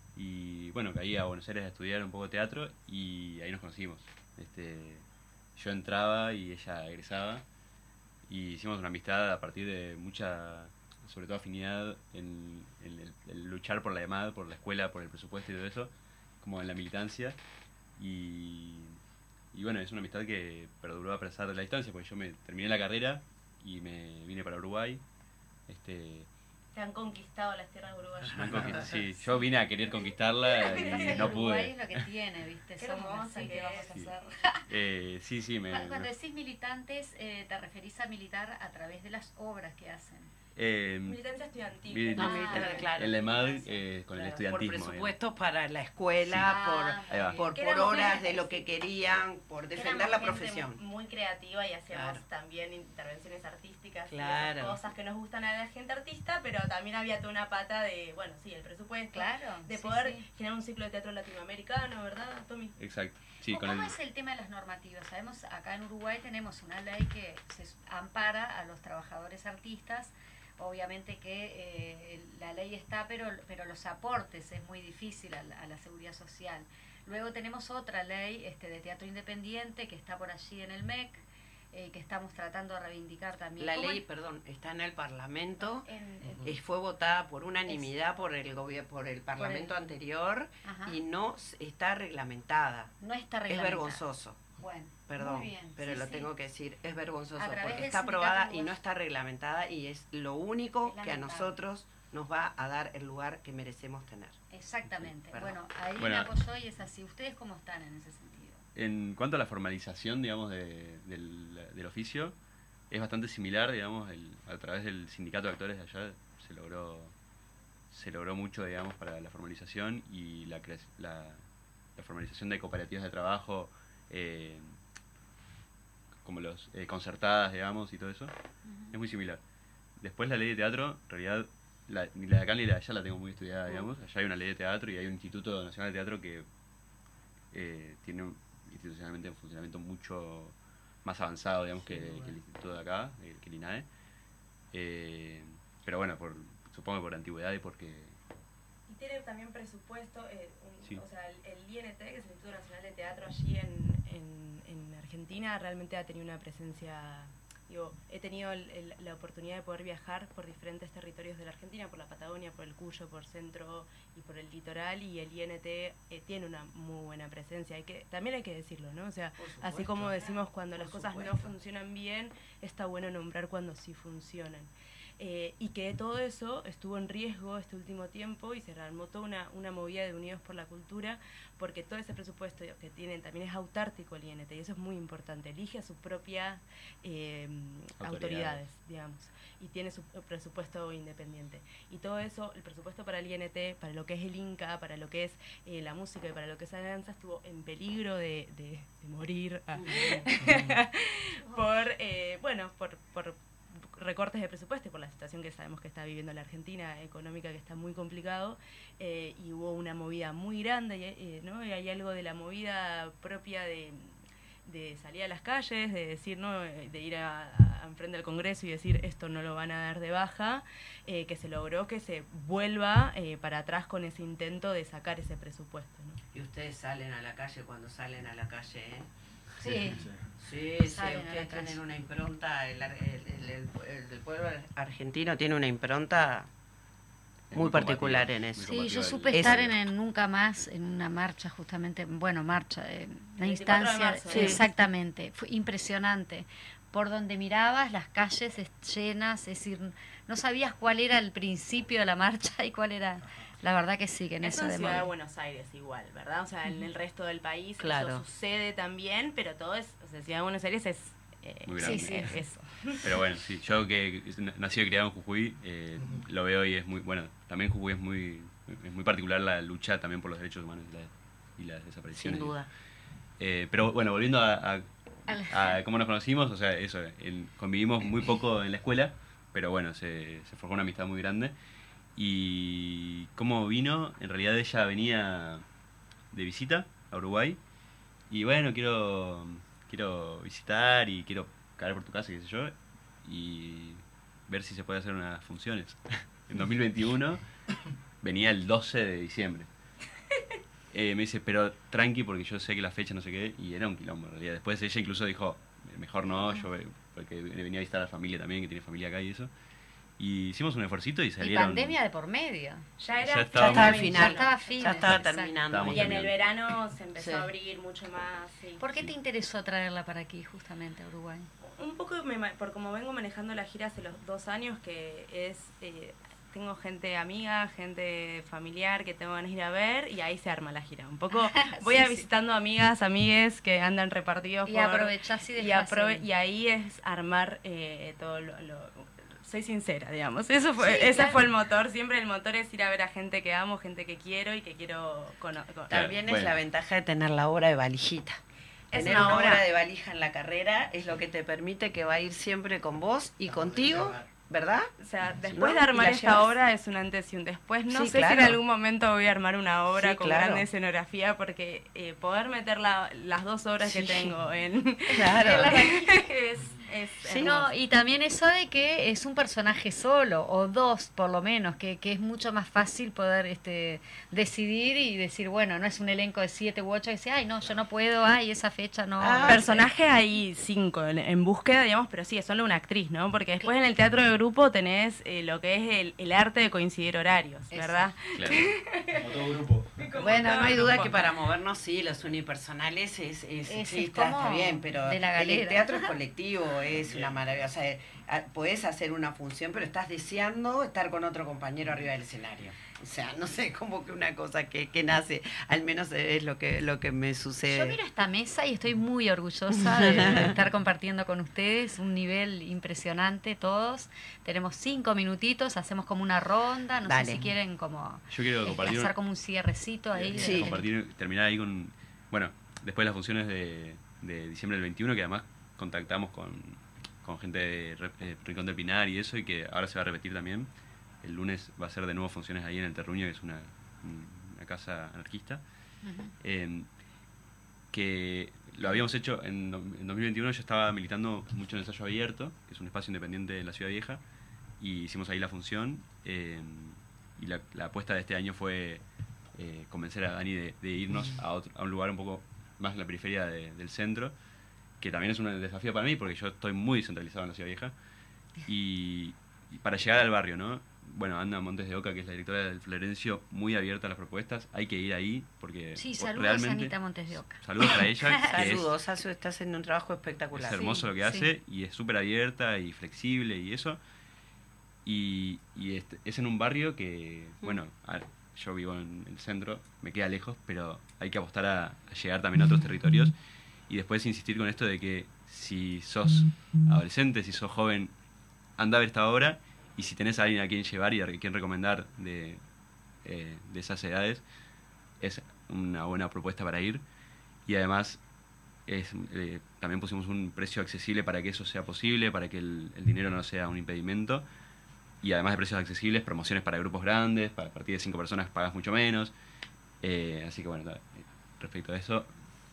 Y bueno, caí a Buenos Aires a estudiar un poco teatro y ahí nos conocimos. Este, yo entraba y ella egresaba y hicimos una amistad a partir de mucha, sobre todo afinidad en, en el, el luchar por la EMAD, por la escuela, por el presupuesto y todo eso, como en la militancia. Y, y bueno, es una amistad que perduró a pesar de la distancia, porque yo me terminé la carrera y me vine para Uruguay. Este, Te han conquistado las tierras uruguayas. me han conquistado, sí, yo vine a querer conquistarla y no Uruguay es pude. lo que tiene, ¿viste? Qué Somos hermosa así, que ¿qué vamos a es. hacer? Eh, sí, sí, me... Cuando me- decís militantes, eh, te referís a militar a través de las obras que hacen. eh, Militancia estudiantil. mili- No, Ah, militar, claro. el EMAD eh, con el Claro, por estudiantismo. Por digamos. presupuestos para la escuela, Ah, Ahí va. por, por, Que por éramos horas gente, de lo que sí. querían, por defender Éramos la gente profesión. muy creativa y hacíamos Claro. también intervenciones artísticas y Claro. esas cosas que nos gustan a la gente artista, pero también había toda una pata de, bueno, sí, el presupuesto, Claro. de sí, poder sí. generar un ciclo de teatro latinoamericano, ¿verdad, Tommy? Exacto. Sí, ¿Cómo con el, ¿Cómo es el tema de las normativas? Sabemos, acá en Uruguay tenemos una ley que se ampara a los trabajadores artistas. Obviamente que eh, la ley está, pero, pero los aportes es muy difícil a la, a la seguridad social. Luego tenemos otra ley este, de teatro independiente que está por allí en el M E C, eh, que estamos tratando de reivindicar también. La ¿Cómo ley, es? perdón, está en el Parlamento. En- en- Eh, fue votada por unanimidad por el gobierno, por el Parlamento anterior Ajá. y no s- está reglamentada. no está Es reglamentada. vergonzoso, Bueno, perdón, muy bien, pero sí, lo sí. tengo que decir, es vergonzoso A través porque del está sindicato aprobada y uruguayo. no está reglamentada y es lo único Es que a lamentable. nosotros nos va a dar el lugar que merecemos tener. Exactamente. Perdón. Bueno, ahí Bueno. me apoyó y es así. ¿Ustedes cómo están en ese sentido? En cuanto a la formalización, digamos, de- del, del oficio, es bastante similar, digamos, el- a través del sindicato de actores de allá se logró se logró mucho, digamos, para la formalización y la, cre- la, la formalización de cooperativas de trabajo, eh, como los eh, concertadas, digamos, y todo eso, es muy similar. Después la ley de teatro, en realidad, la, ni la de acá ni la de allá la tengo muy estudiada, digamos. Allá hay una ley de teatro y hay un Instituto Nacional de Teatro que eh, tiene un, institucionalmente un funcionamiento mucho más avanzado, digamos, que, que el Instituto de acá, eh, que el INAE. Eh, pero bueno, por, supongo que por antigüedad y porque... Y tiene también presupuesto, eh, un- Sí. o sea, el, el I N T, que es el Instituto Nacional de Teatro allí en, en, en Argentina, realmente ha tenido una presencia, digo, he tenido el- el- la oportunidad de poder viajar por diferentes territorios de la Argentina, por la Patagonia, por el Cuyo, por Centro y por el litoral, y el I N T eh, tiene una muy buena presencia, hay que, también hay que decirlo, ¿no? O sea, Por supuesto. así como decimos cuando Por las cosas no supuesto. funcionan bien, está bueno nombrar cuando sí funcionan. Eh, y que todo eso estuvo en riesgo este último tiempo y se rearmó toda una, una movida de Unidos por la Cultura, porque todo ese presupuesto que tienen también es autártico el I N T, y eso es muy importante, elige a sus propias eh, autoridades. Autoridades. digamos, y tiene su presupuesto independiente. Y todo eso, el presupuesto para el I N T, para lo que es el Inca, para lo que es eh, la música y para lo que es la danza, estuvo en peligro de, de- de morir ah, por, eh, bueno, por... por recortes de presupuesto y por la situación que sabemos que está viviendo la Argentina económica, que está muy complicado, eh, y hubo una movida muy grande, y, eh, ¿no? Y hay algo de la movida propia de, de salir a las calles, de decir, ¿no? De ir a, a enfrente del Congreso y decir esto no lo van a dar de baja, eh, que se logró que se vuelva eh, para atrás con ese intento de sacar ese presupuesto, ¿no? Y ustedes salen a la calle cuando salen a la calle, ¿eh? Sí. Sí, sí, Salen a la ustedes calle. tienen una impronta, el, ar- el, el- el- el del pueblo argentino tiene una impronta Es muy muy particular combativa, en muy eso. Sí, combativa yo el- supe Es- estar en el Nunca Más, en una marcha justamente, bueno, marcha, eh, la El veinticuatro de instancia, marzo, sí, ¿no? exactamente, fue impresionante. Por donde mirabas, las calles es- llenas, es decir, no sabías cuál era el principio de la marcha y cuál era, la verdad que sí, que en eso, Eso en de Ciudad de moda. Buenos Aires igual, ¿verdad? O sea, en el resto del país Claro. eso sucede también, pero todo es, o sea, Ciudad de Buenos Aires es eh, Muy grande. sí, Sí, sí. eso. Pero bueno, sí, yo que nací y criado en Jujuy, eh, lo veo y es muy, bueno, también Jujuy es muy, es muy particular la lucha también por los derechos humanos y, la- y las desapariciones. Sin duda. Eh, pero bueno, volviendo a, a- Al- a cómo nos conocimos, o sea, eso, en- convivimos muy poco en la escuela, pero bueno, se, se forjó una amistad muy grande. Y cómo vino, en realidad ella venía de visita a Uruguay, y bueno, quiero, quiero visitar y quiero caer por tu casa, qué sé yo, y ver si se puede hacer unas funciones. En dos mil veintiuno venía el doce de diciembre. Eh, me dice, pero tranqui porque yo sé que la fecha no sé qué, y era un quilombo en realidad. Después ella incluso dijo, mejor no, yo ve- porque venía a visitar a la familia también, que tiene familia acá y eso. Y hicimos un esfuercito y Y salieron... pandemia de por medio. Ya era Ya Ya estábamos- estaba al final. Ya estaba fines, Ya estaba exacto. terminando. Estábamos Y en el terminando. verano se empezó Sí. a abrir mucho más. Sí. ¿Por qué Sí. te interesó traerla para aquí, justamente, a Uruguay? Un poco me ma- por como vengo manejando la gira hace los dos años, que es eh, tengo gente amiga, gente familiar que tengo ganas de ir a ver y ahí se arma la gira. Un poco voy Sí, a sí. visitando amigas, amigues que andan repartidos Y por... aprovechás y y, dejás aprove- el- y ahí es armar eh, todo lo, lo- soy sincera, digamos. Eso fue, Sí, ese claro. fue el motor. Siempre el motor es ir a ver a gente que amo, gente que quiero y que quiero conocer. También es Bueno. la ventaja de tener la obra de valijita. Es Tener una una obra- obra de valija en la carrera es lo que te permite que va a ir siempre con vos y contigo, ¿verdad? O sea, después ¿No? de armar ¿Y la esta llevas? obra es un antes y un después. No Sí, sé claro. si en algún momento voy a armar una obra Sí, con claro. gran escenografía porque eh, poder meter la- las dos obras que Sí. tengo en, Claro. en la es, es Sí, hermoso. no, y también eso de que es un personaje solo, o dos por lo menos, que, que es mucho más fácil poder este decidir y decir, bueno, no es un elenco de siete u ocho que dice, ay, no, yo no puedo, ay, esa fecha no. Ah, no Personaje hay cinco en, en búsqueda, digamos, pero sí, es solo una actriz, ¿no? Porque después en el teatro de grupo tenés eh, lo que es el, el arte de coincidir horarios, ¿verdad? Claro. Como todo grupo. Bueno, no hay duda grupo. que para movernos, sí, los unipersonales es, es, Es- sí, es está, como está bien, pero de la el galera. teatro es colectivo, es una maravilla. O sea, a- podés hacer una función, pero estás deseando estar con otro compañero arriba del escenario. O sea, no sé, como que una cosa que, que nace, al menos es lo que, lo que me sucede. Yo miro esta mesa y estoy muy orgullosa de, de estar compartiendo con ustedes un nivel impresionante todos. Tenemos cinco minutitos, hacemos como una ronda, no Dale. sé si quieren como Yo quiero este, compartir... hacer como un cierrecito ahí. Sí. de- compartir, terminar ahí con, bueno, después de las funciones de, de diciembre del veintiuno, que además contactamos con, con gente de Re- eh, Rincón del Pinar y eso, y que ahora se va a repetir también. El lunes va a ser de nuevo funciones ahí en el Terruño, que es una, una casa anarquista. Ujú. Eh, que lo habíamos hecho en, do- en dos mil veintiuno. Yo estaba militando mucho en el Ensayo Abierto, que es un espacio independiente en la Ciudad Vieja, y hicimos ahí la función. eh, y la, la apuesta de este año fue eh, convencer a Dani de, de irnos a, otro- a un lugar un poco más en la periferia de- del centro, que también es un desafío para mí porque yo estoy muy centralizado en la Ciudad Vieja. Y, y para llegar al barrio, ¿no? Bueno, Ana Montes de Oca, que es la directora del Florencio, muy abierta a las propuestas. Hay que ir ahí porque Sí, por- saludos realmente... a Anita Montes de Oca. Saludos para ella, que es, Saludos, Asu, está haciendo un trabajo espectacular. es hermoso Sí, lo que sí. hace y es súper abierta y flexible y eso. Y, y este- es en un barrio que, bueno, a- yo vivo en el centro, me queda lejos, pero hay que apostar a, a llegar también a otros territorios y después insistir con esto de que si sos adolescente, si sos joven, anda a ver esta obra, y si tenés a alguien a quien llevar y a quien recomendar de, eh, de esas edades, es una buena propuesta para ir. Y además es, eh, también pusimos un precio accesible para que eso sea posible, para que el, el dinero no sea un impedimento. Y además de precios accesibles, promociones para grupos grandes, para a partir de cinco personas pagas mucho menos. Eh, así que bueno, ta- respecto a eso,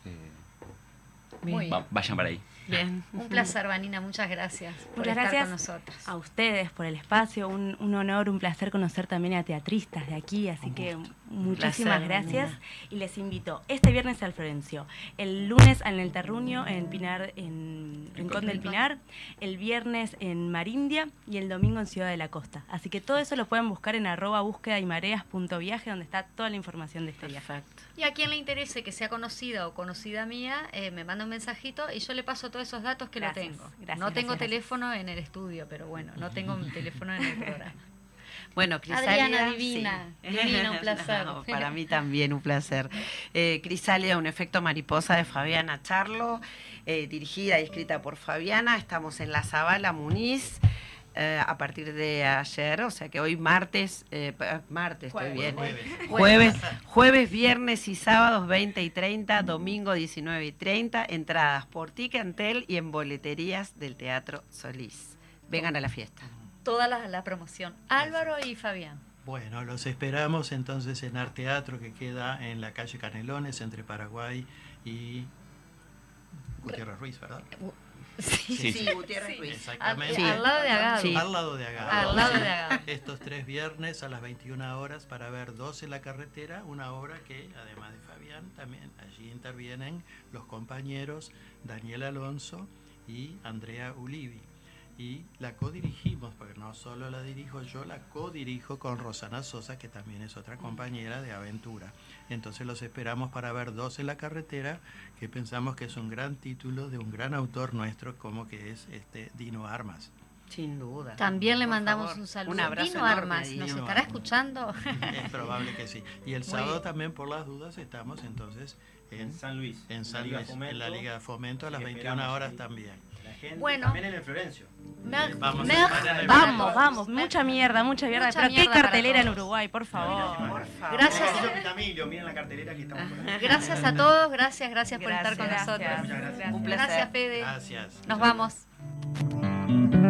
eh, Muy va- bien. vayan para ahí. Bien. Un placer, Vanina, muchas gracias por Muchas estar gracias con nosotros. a ustedes por el espacio, un, un honor, un placer conocer también a teatristas de aquí, así Un que gusto. muchísimas placer, gracias. Vanina. Y les invito este viernes al Florencio, el lunes en el Terruño, en Pinar, en Rincón del Pinar, el viernes en Marindia y el domingo en Ciudad de la Costa. Así que todo eso lo pueden buscar en arroba búsqueda y mareas punto viaje, donde está toda la información de este viaje. Perfecto. Y a quien le interese que sea conocida o conocida mía, eh, me manda un mensajito y yo le paso todos esos datos que Gracias, lo tengo. gracias, no tengo gracias, teléfono en el estudio, pero bueno, no tengo un teléfono en el programa. Bueno, Crisalia, Adriana, divina, sí. divina, un placer. No, para mí también un placer. Eh, Crisalia, un efecto mariposa de Fabiana Charlo, eh, dirigida y escrita por Fabiana. Estamos en La Zabala Muniz eh, a partir de ayer, o sea que hoy martes, eh, p- martes, estoy Jueves. bien. Jueves. Jueves, jueves, viernes y sábados veinte y treinta, domingo diecinueve y treinta, entradas por Ticantel y en boleterías del Teatro Solís. Vengan a la fiesta. Toda la, la promoción. Álvaro y Fabián. Bueno, los esperamos entonces en Arteatro, que queda en la calle Canelones, entre Paraguay y Gutiérrez Ruiz, ¿verdad? Sí, Sí. Sí, Gutiérrez Sí. Ruiz. Al, Exactamente. Sí. al lado de Agado. Sí. Al lado de Agado. Al lado de Agado. Estos tres viernes a las veintiuna horas para ver Dos en la carretera, una obra que, además de Fabián, también allí intervienen los compañeros Daniel Alonso y Andrea Ulivi. y la codirigimos, porque no solo la dirijo yo, la codirijo con Rosana Sosa, que también es otra compañera de aventura. Entonces los esperamos para ver Dos en la carretera, que pensamos que es un gran título de un gran autor nuestro, como que es este Dino Armas. Sin duda. También le Por mandamos favor, un saludo. un abrazo Dino enorme, Armas, Dino. ¿nos estará escuchando? Es probable que sí. Y el Muy sábado bien. también, por las dudas, estamos entonces en San Luis, en San Liga Luis, Fomento. en la Liga de Fomento a las Así que veintiuna esperamos horas ahí. también. La gente, Bueno. también en el Florencio. Me- Vamos me- a España de Vamos, verano. vamos, mucha mierda, mucha mierda. Mucha Pero qué mierda para cartelera en todos. Uruguay, por favor. Por favor. Gracias. Castillo Pitamilio, miren la cartelera que estamos por ahí. Gracias a todos, gracias, gracias por estar con Gracias. nosotros. Muchas gracias. Un placer. Gracias, Fede. Gracias. Nos Muchas vamos.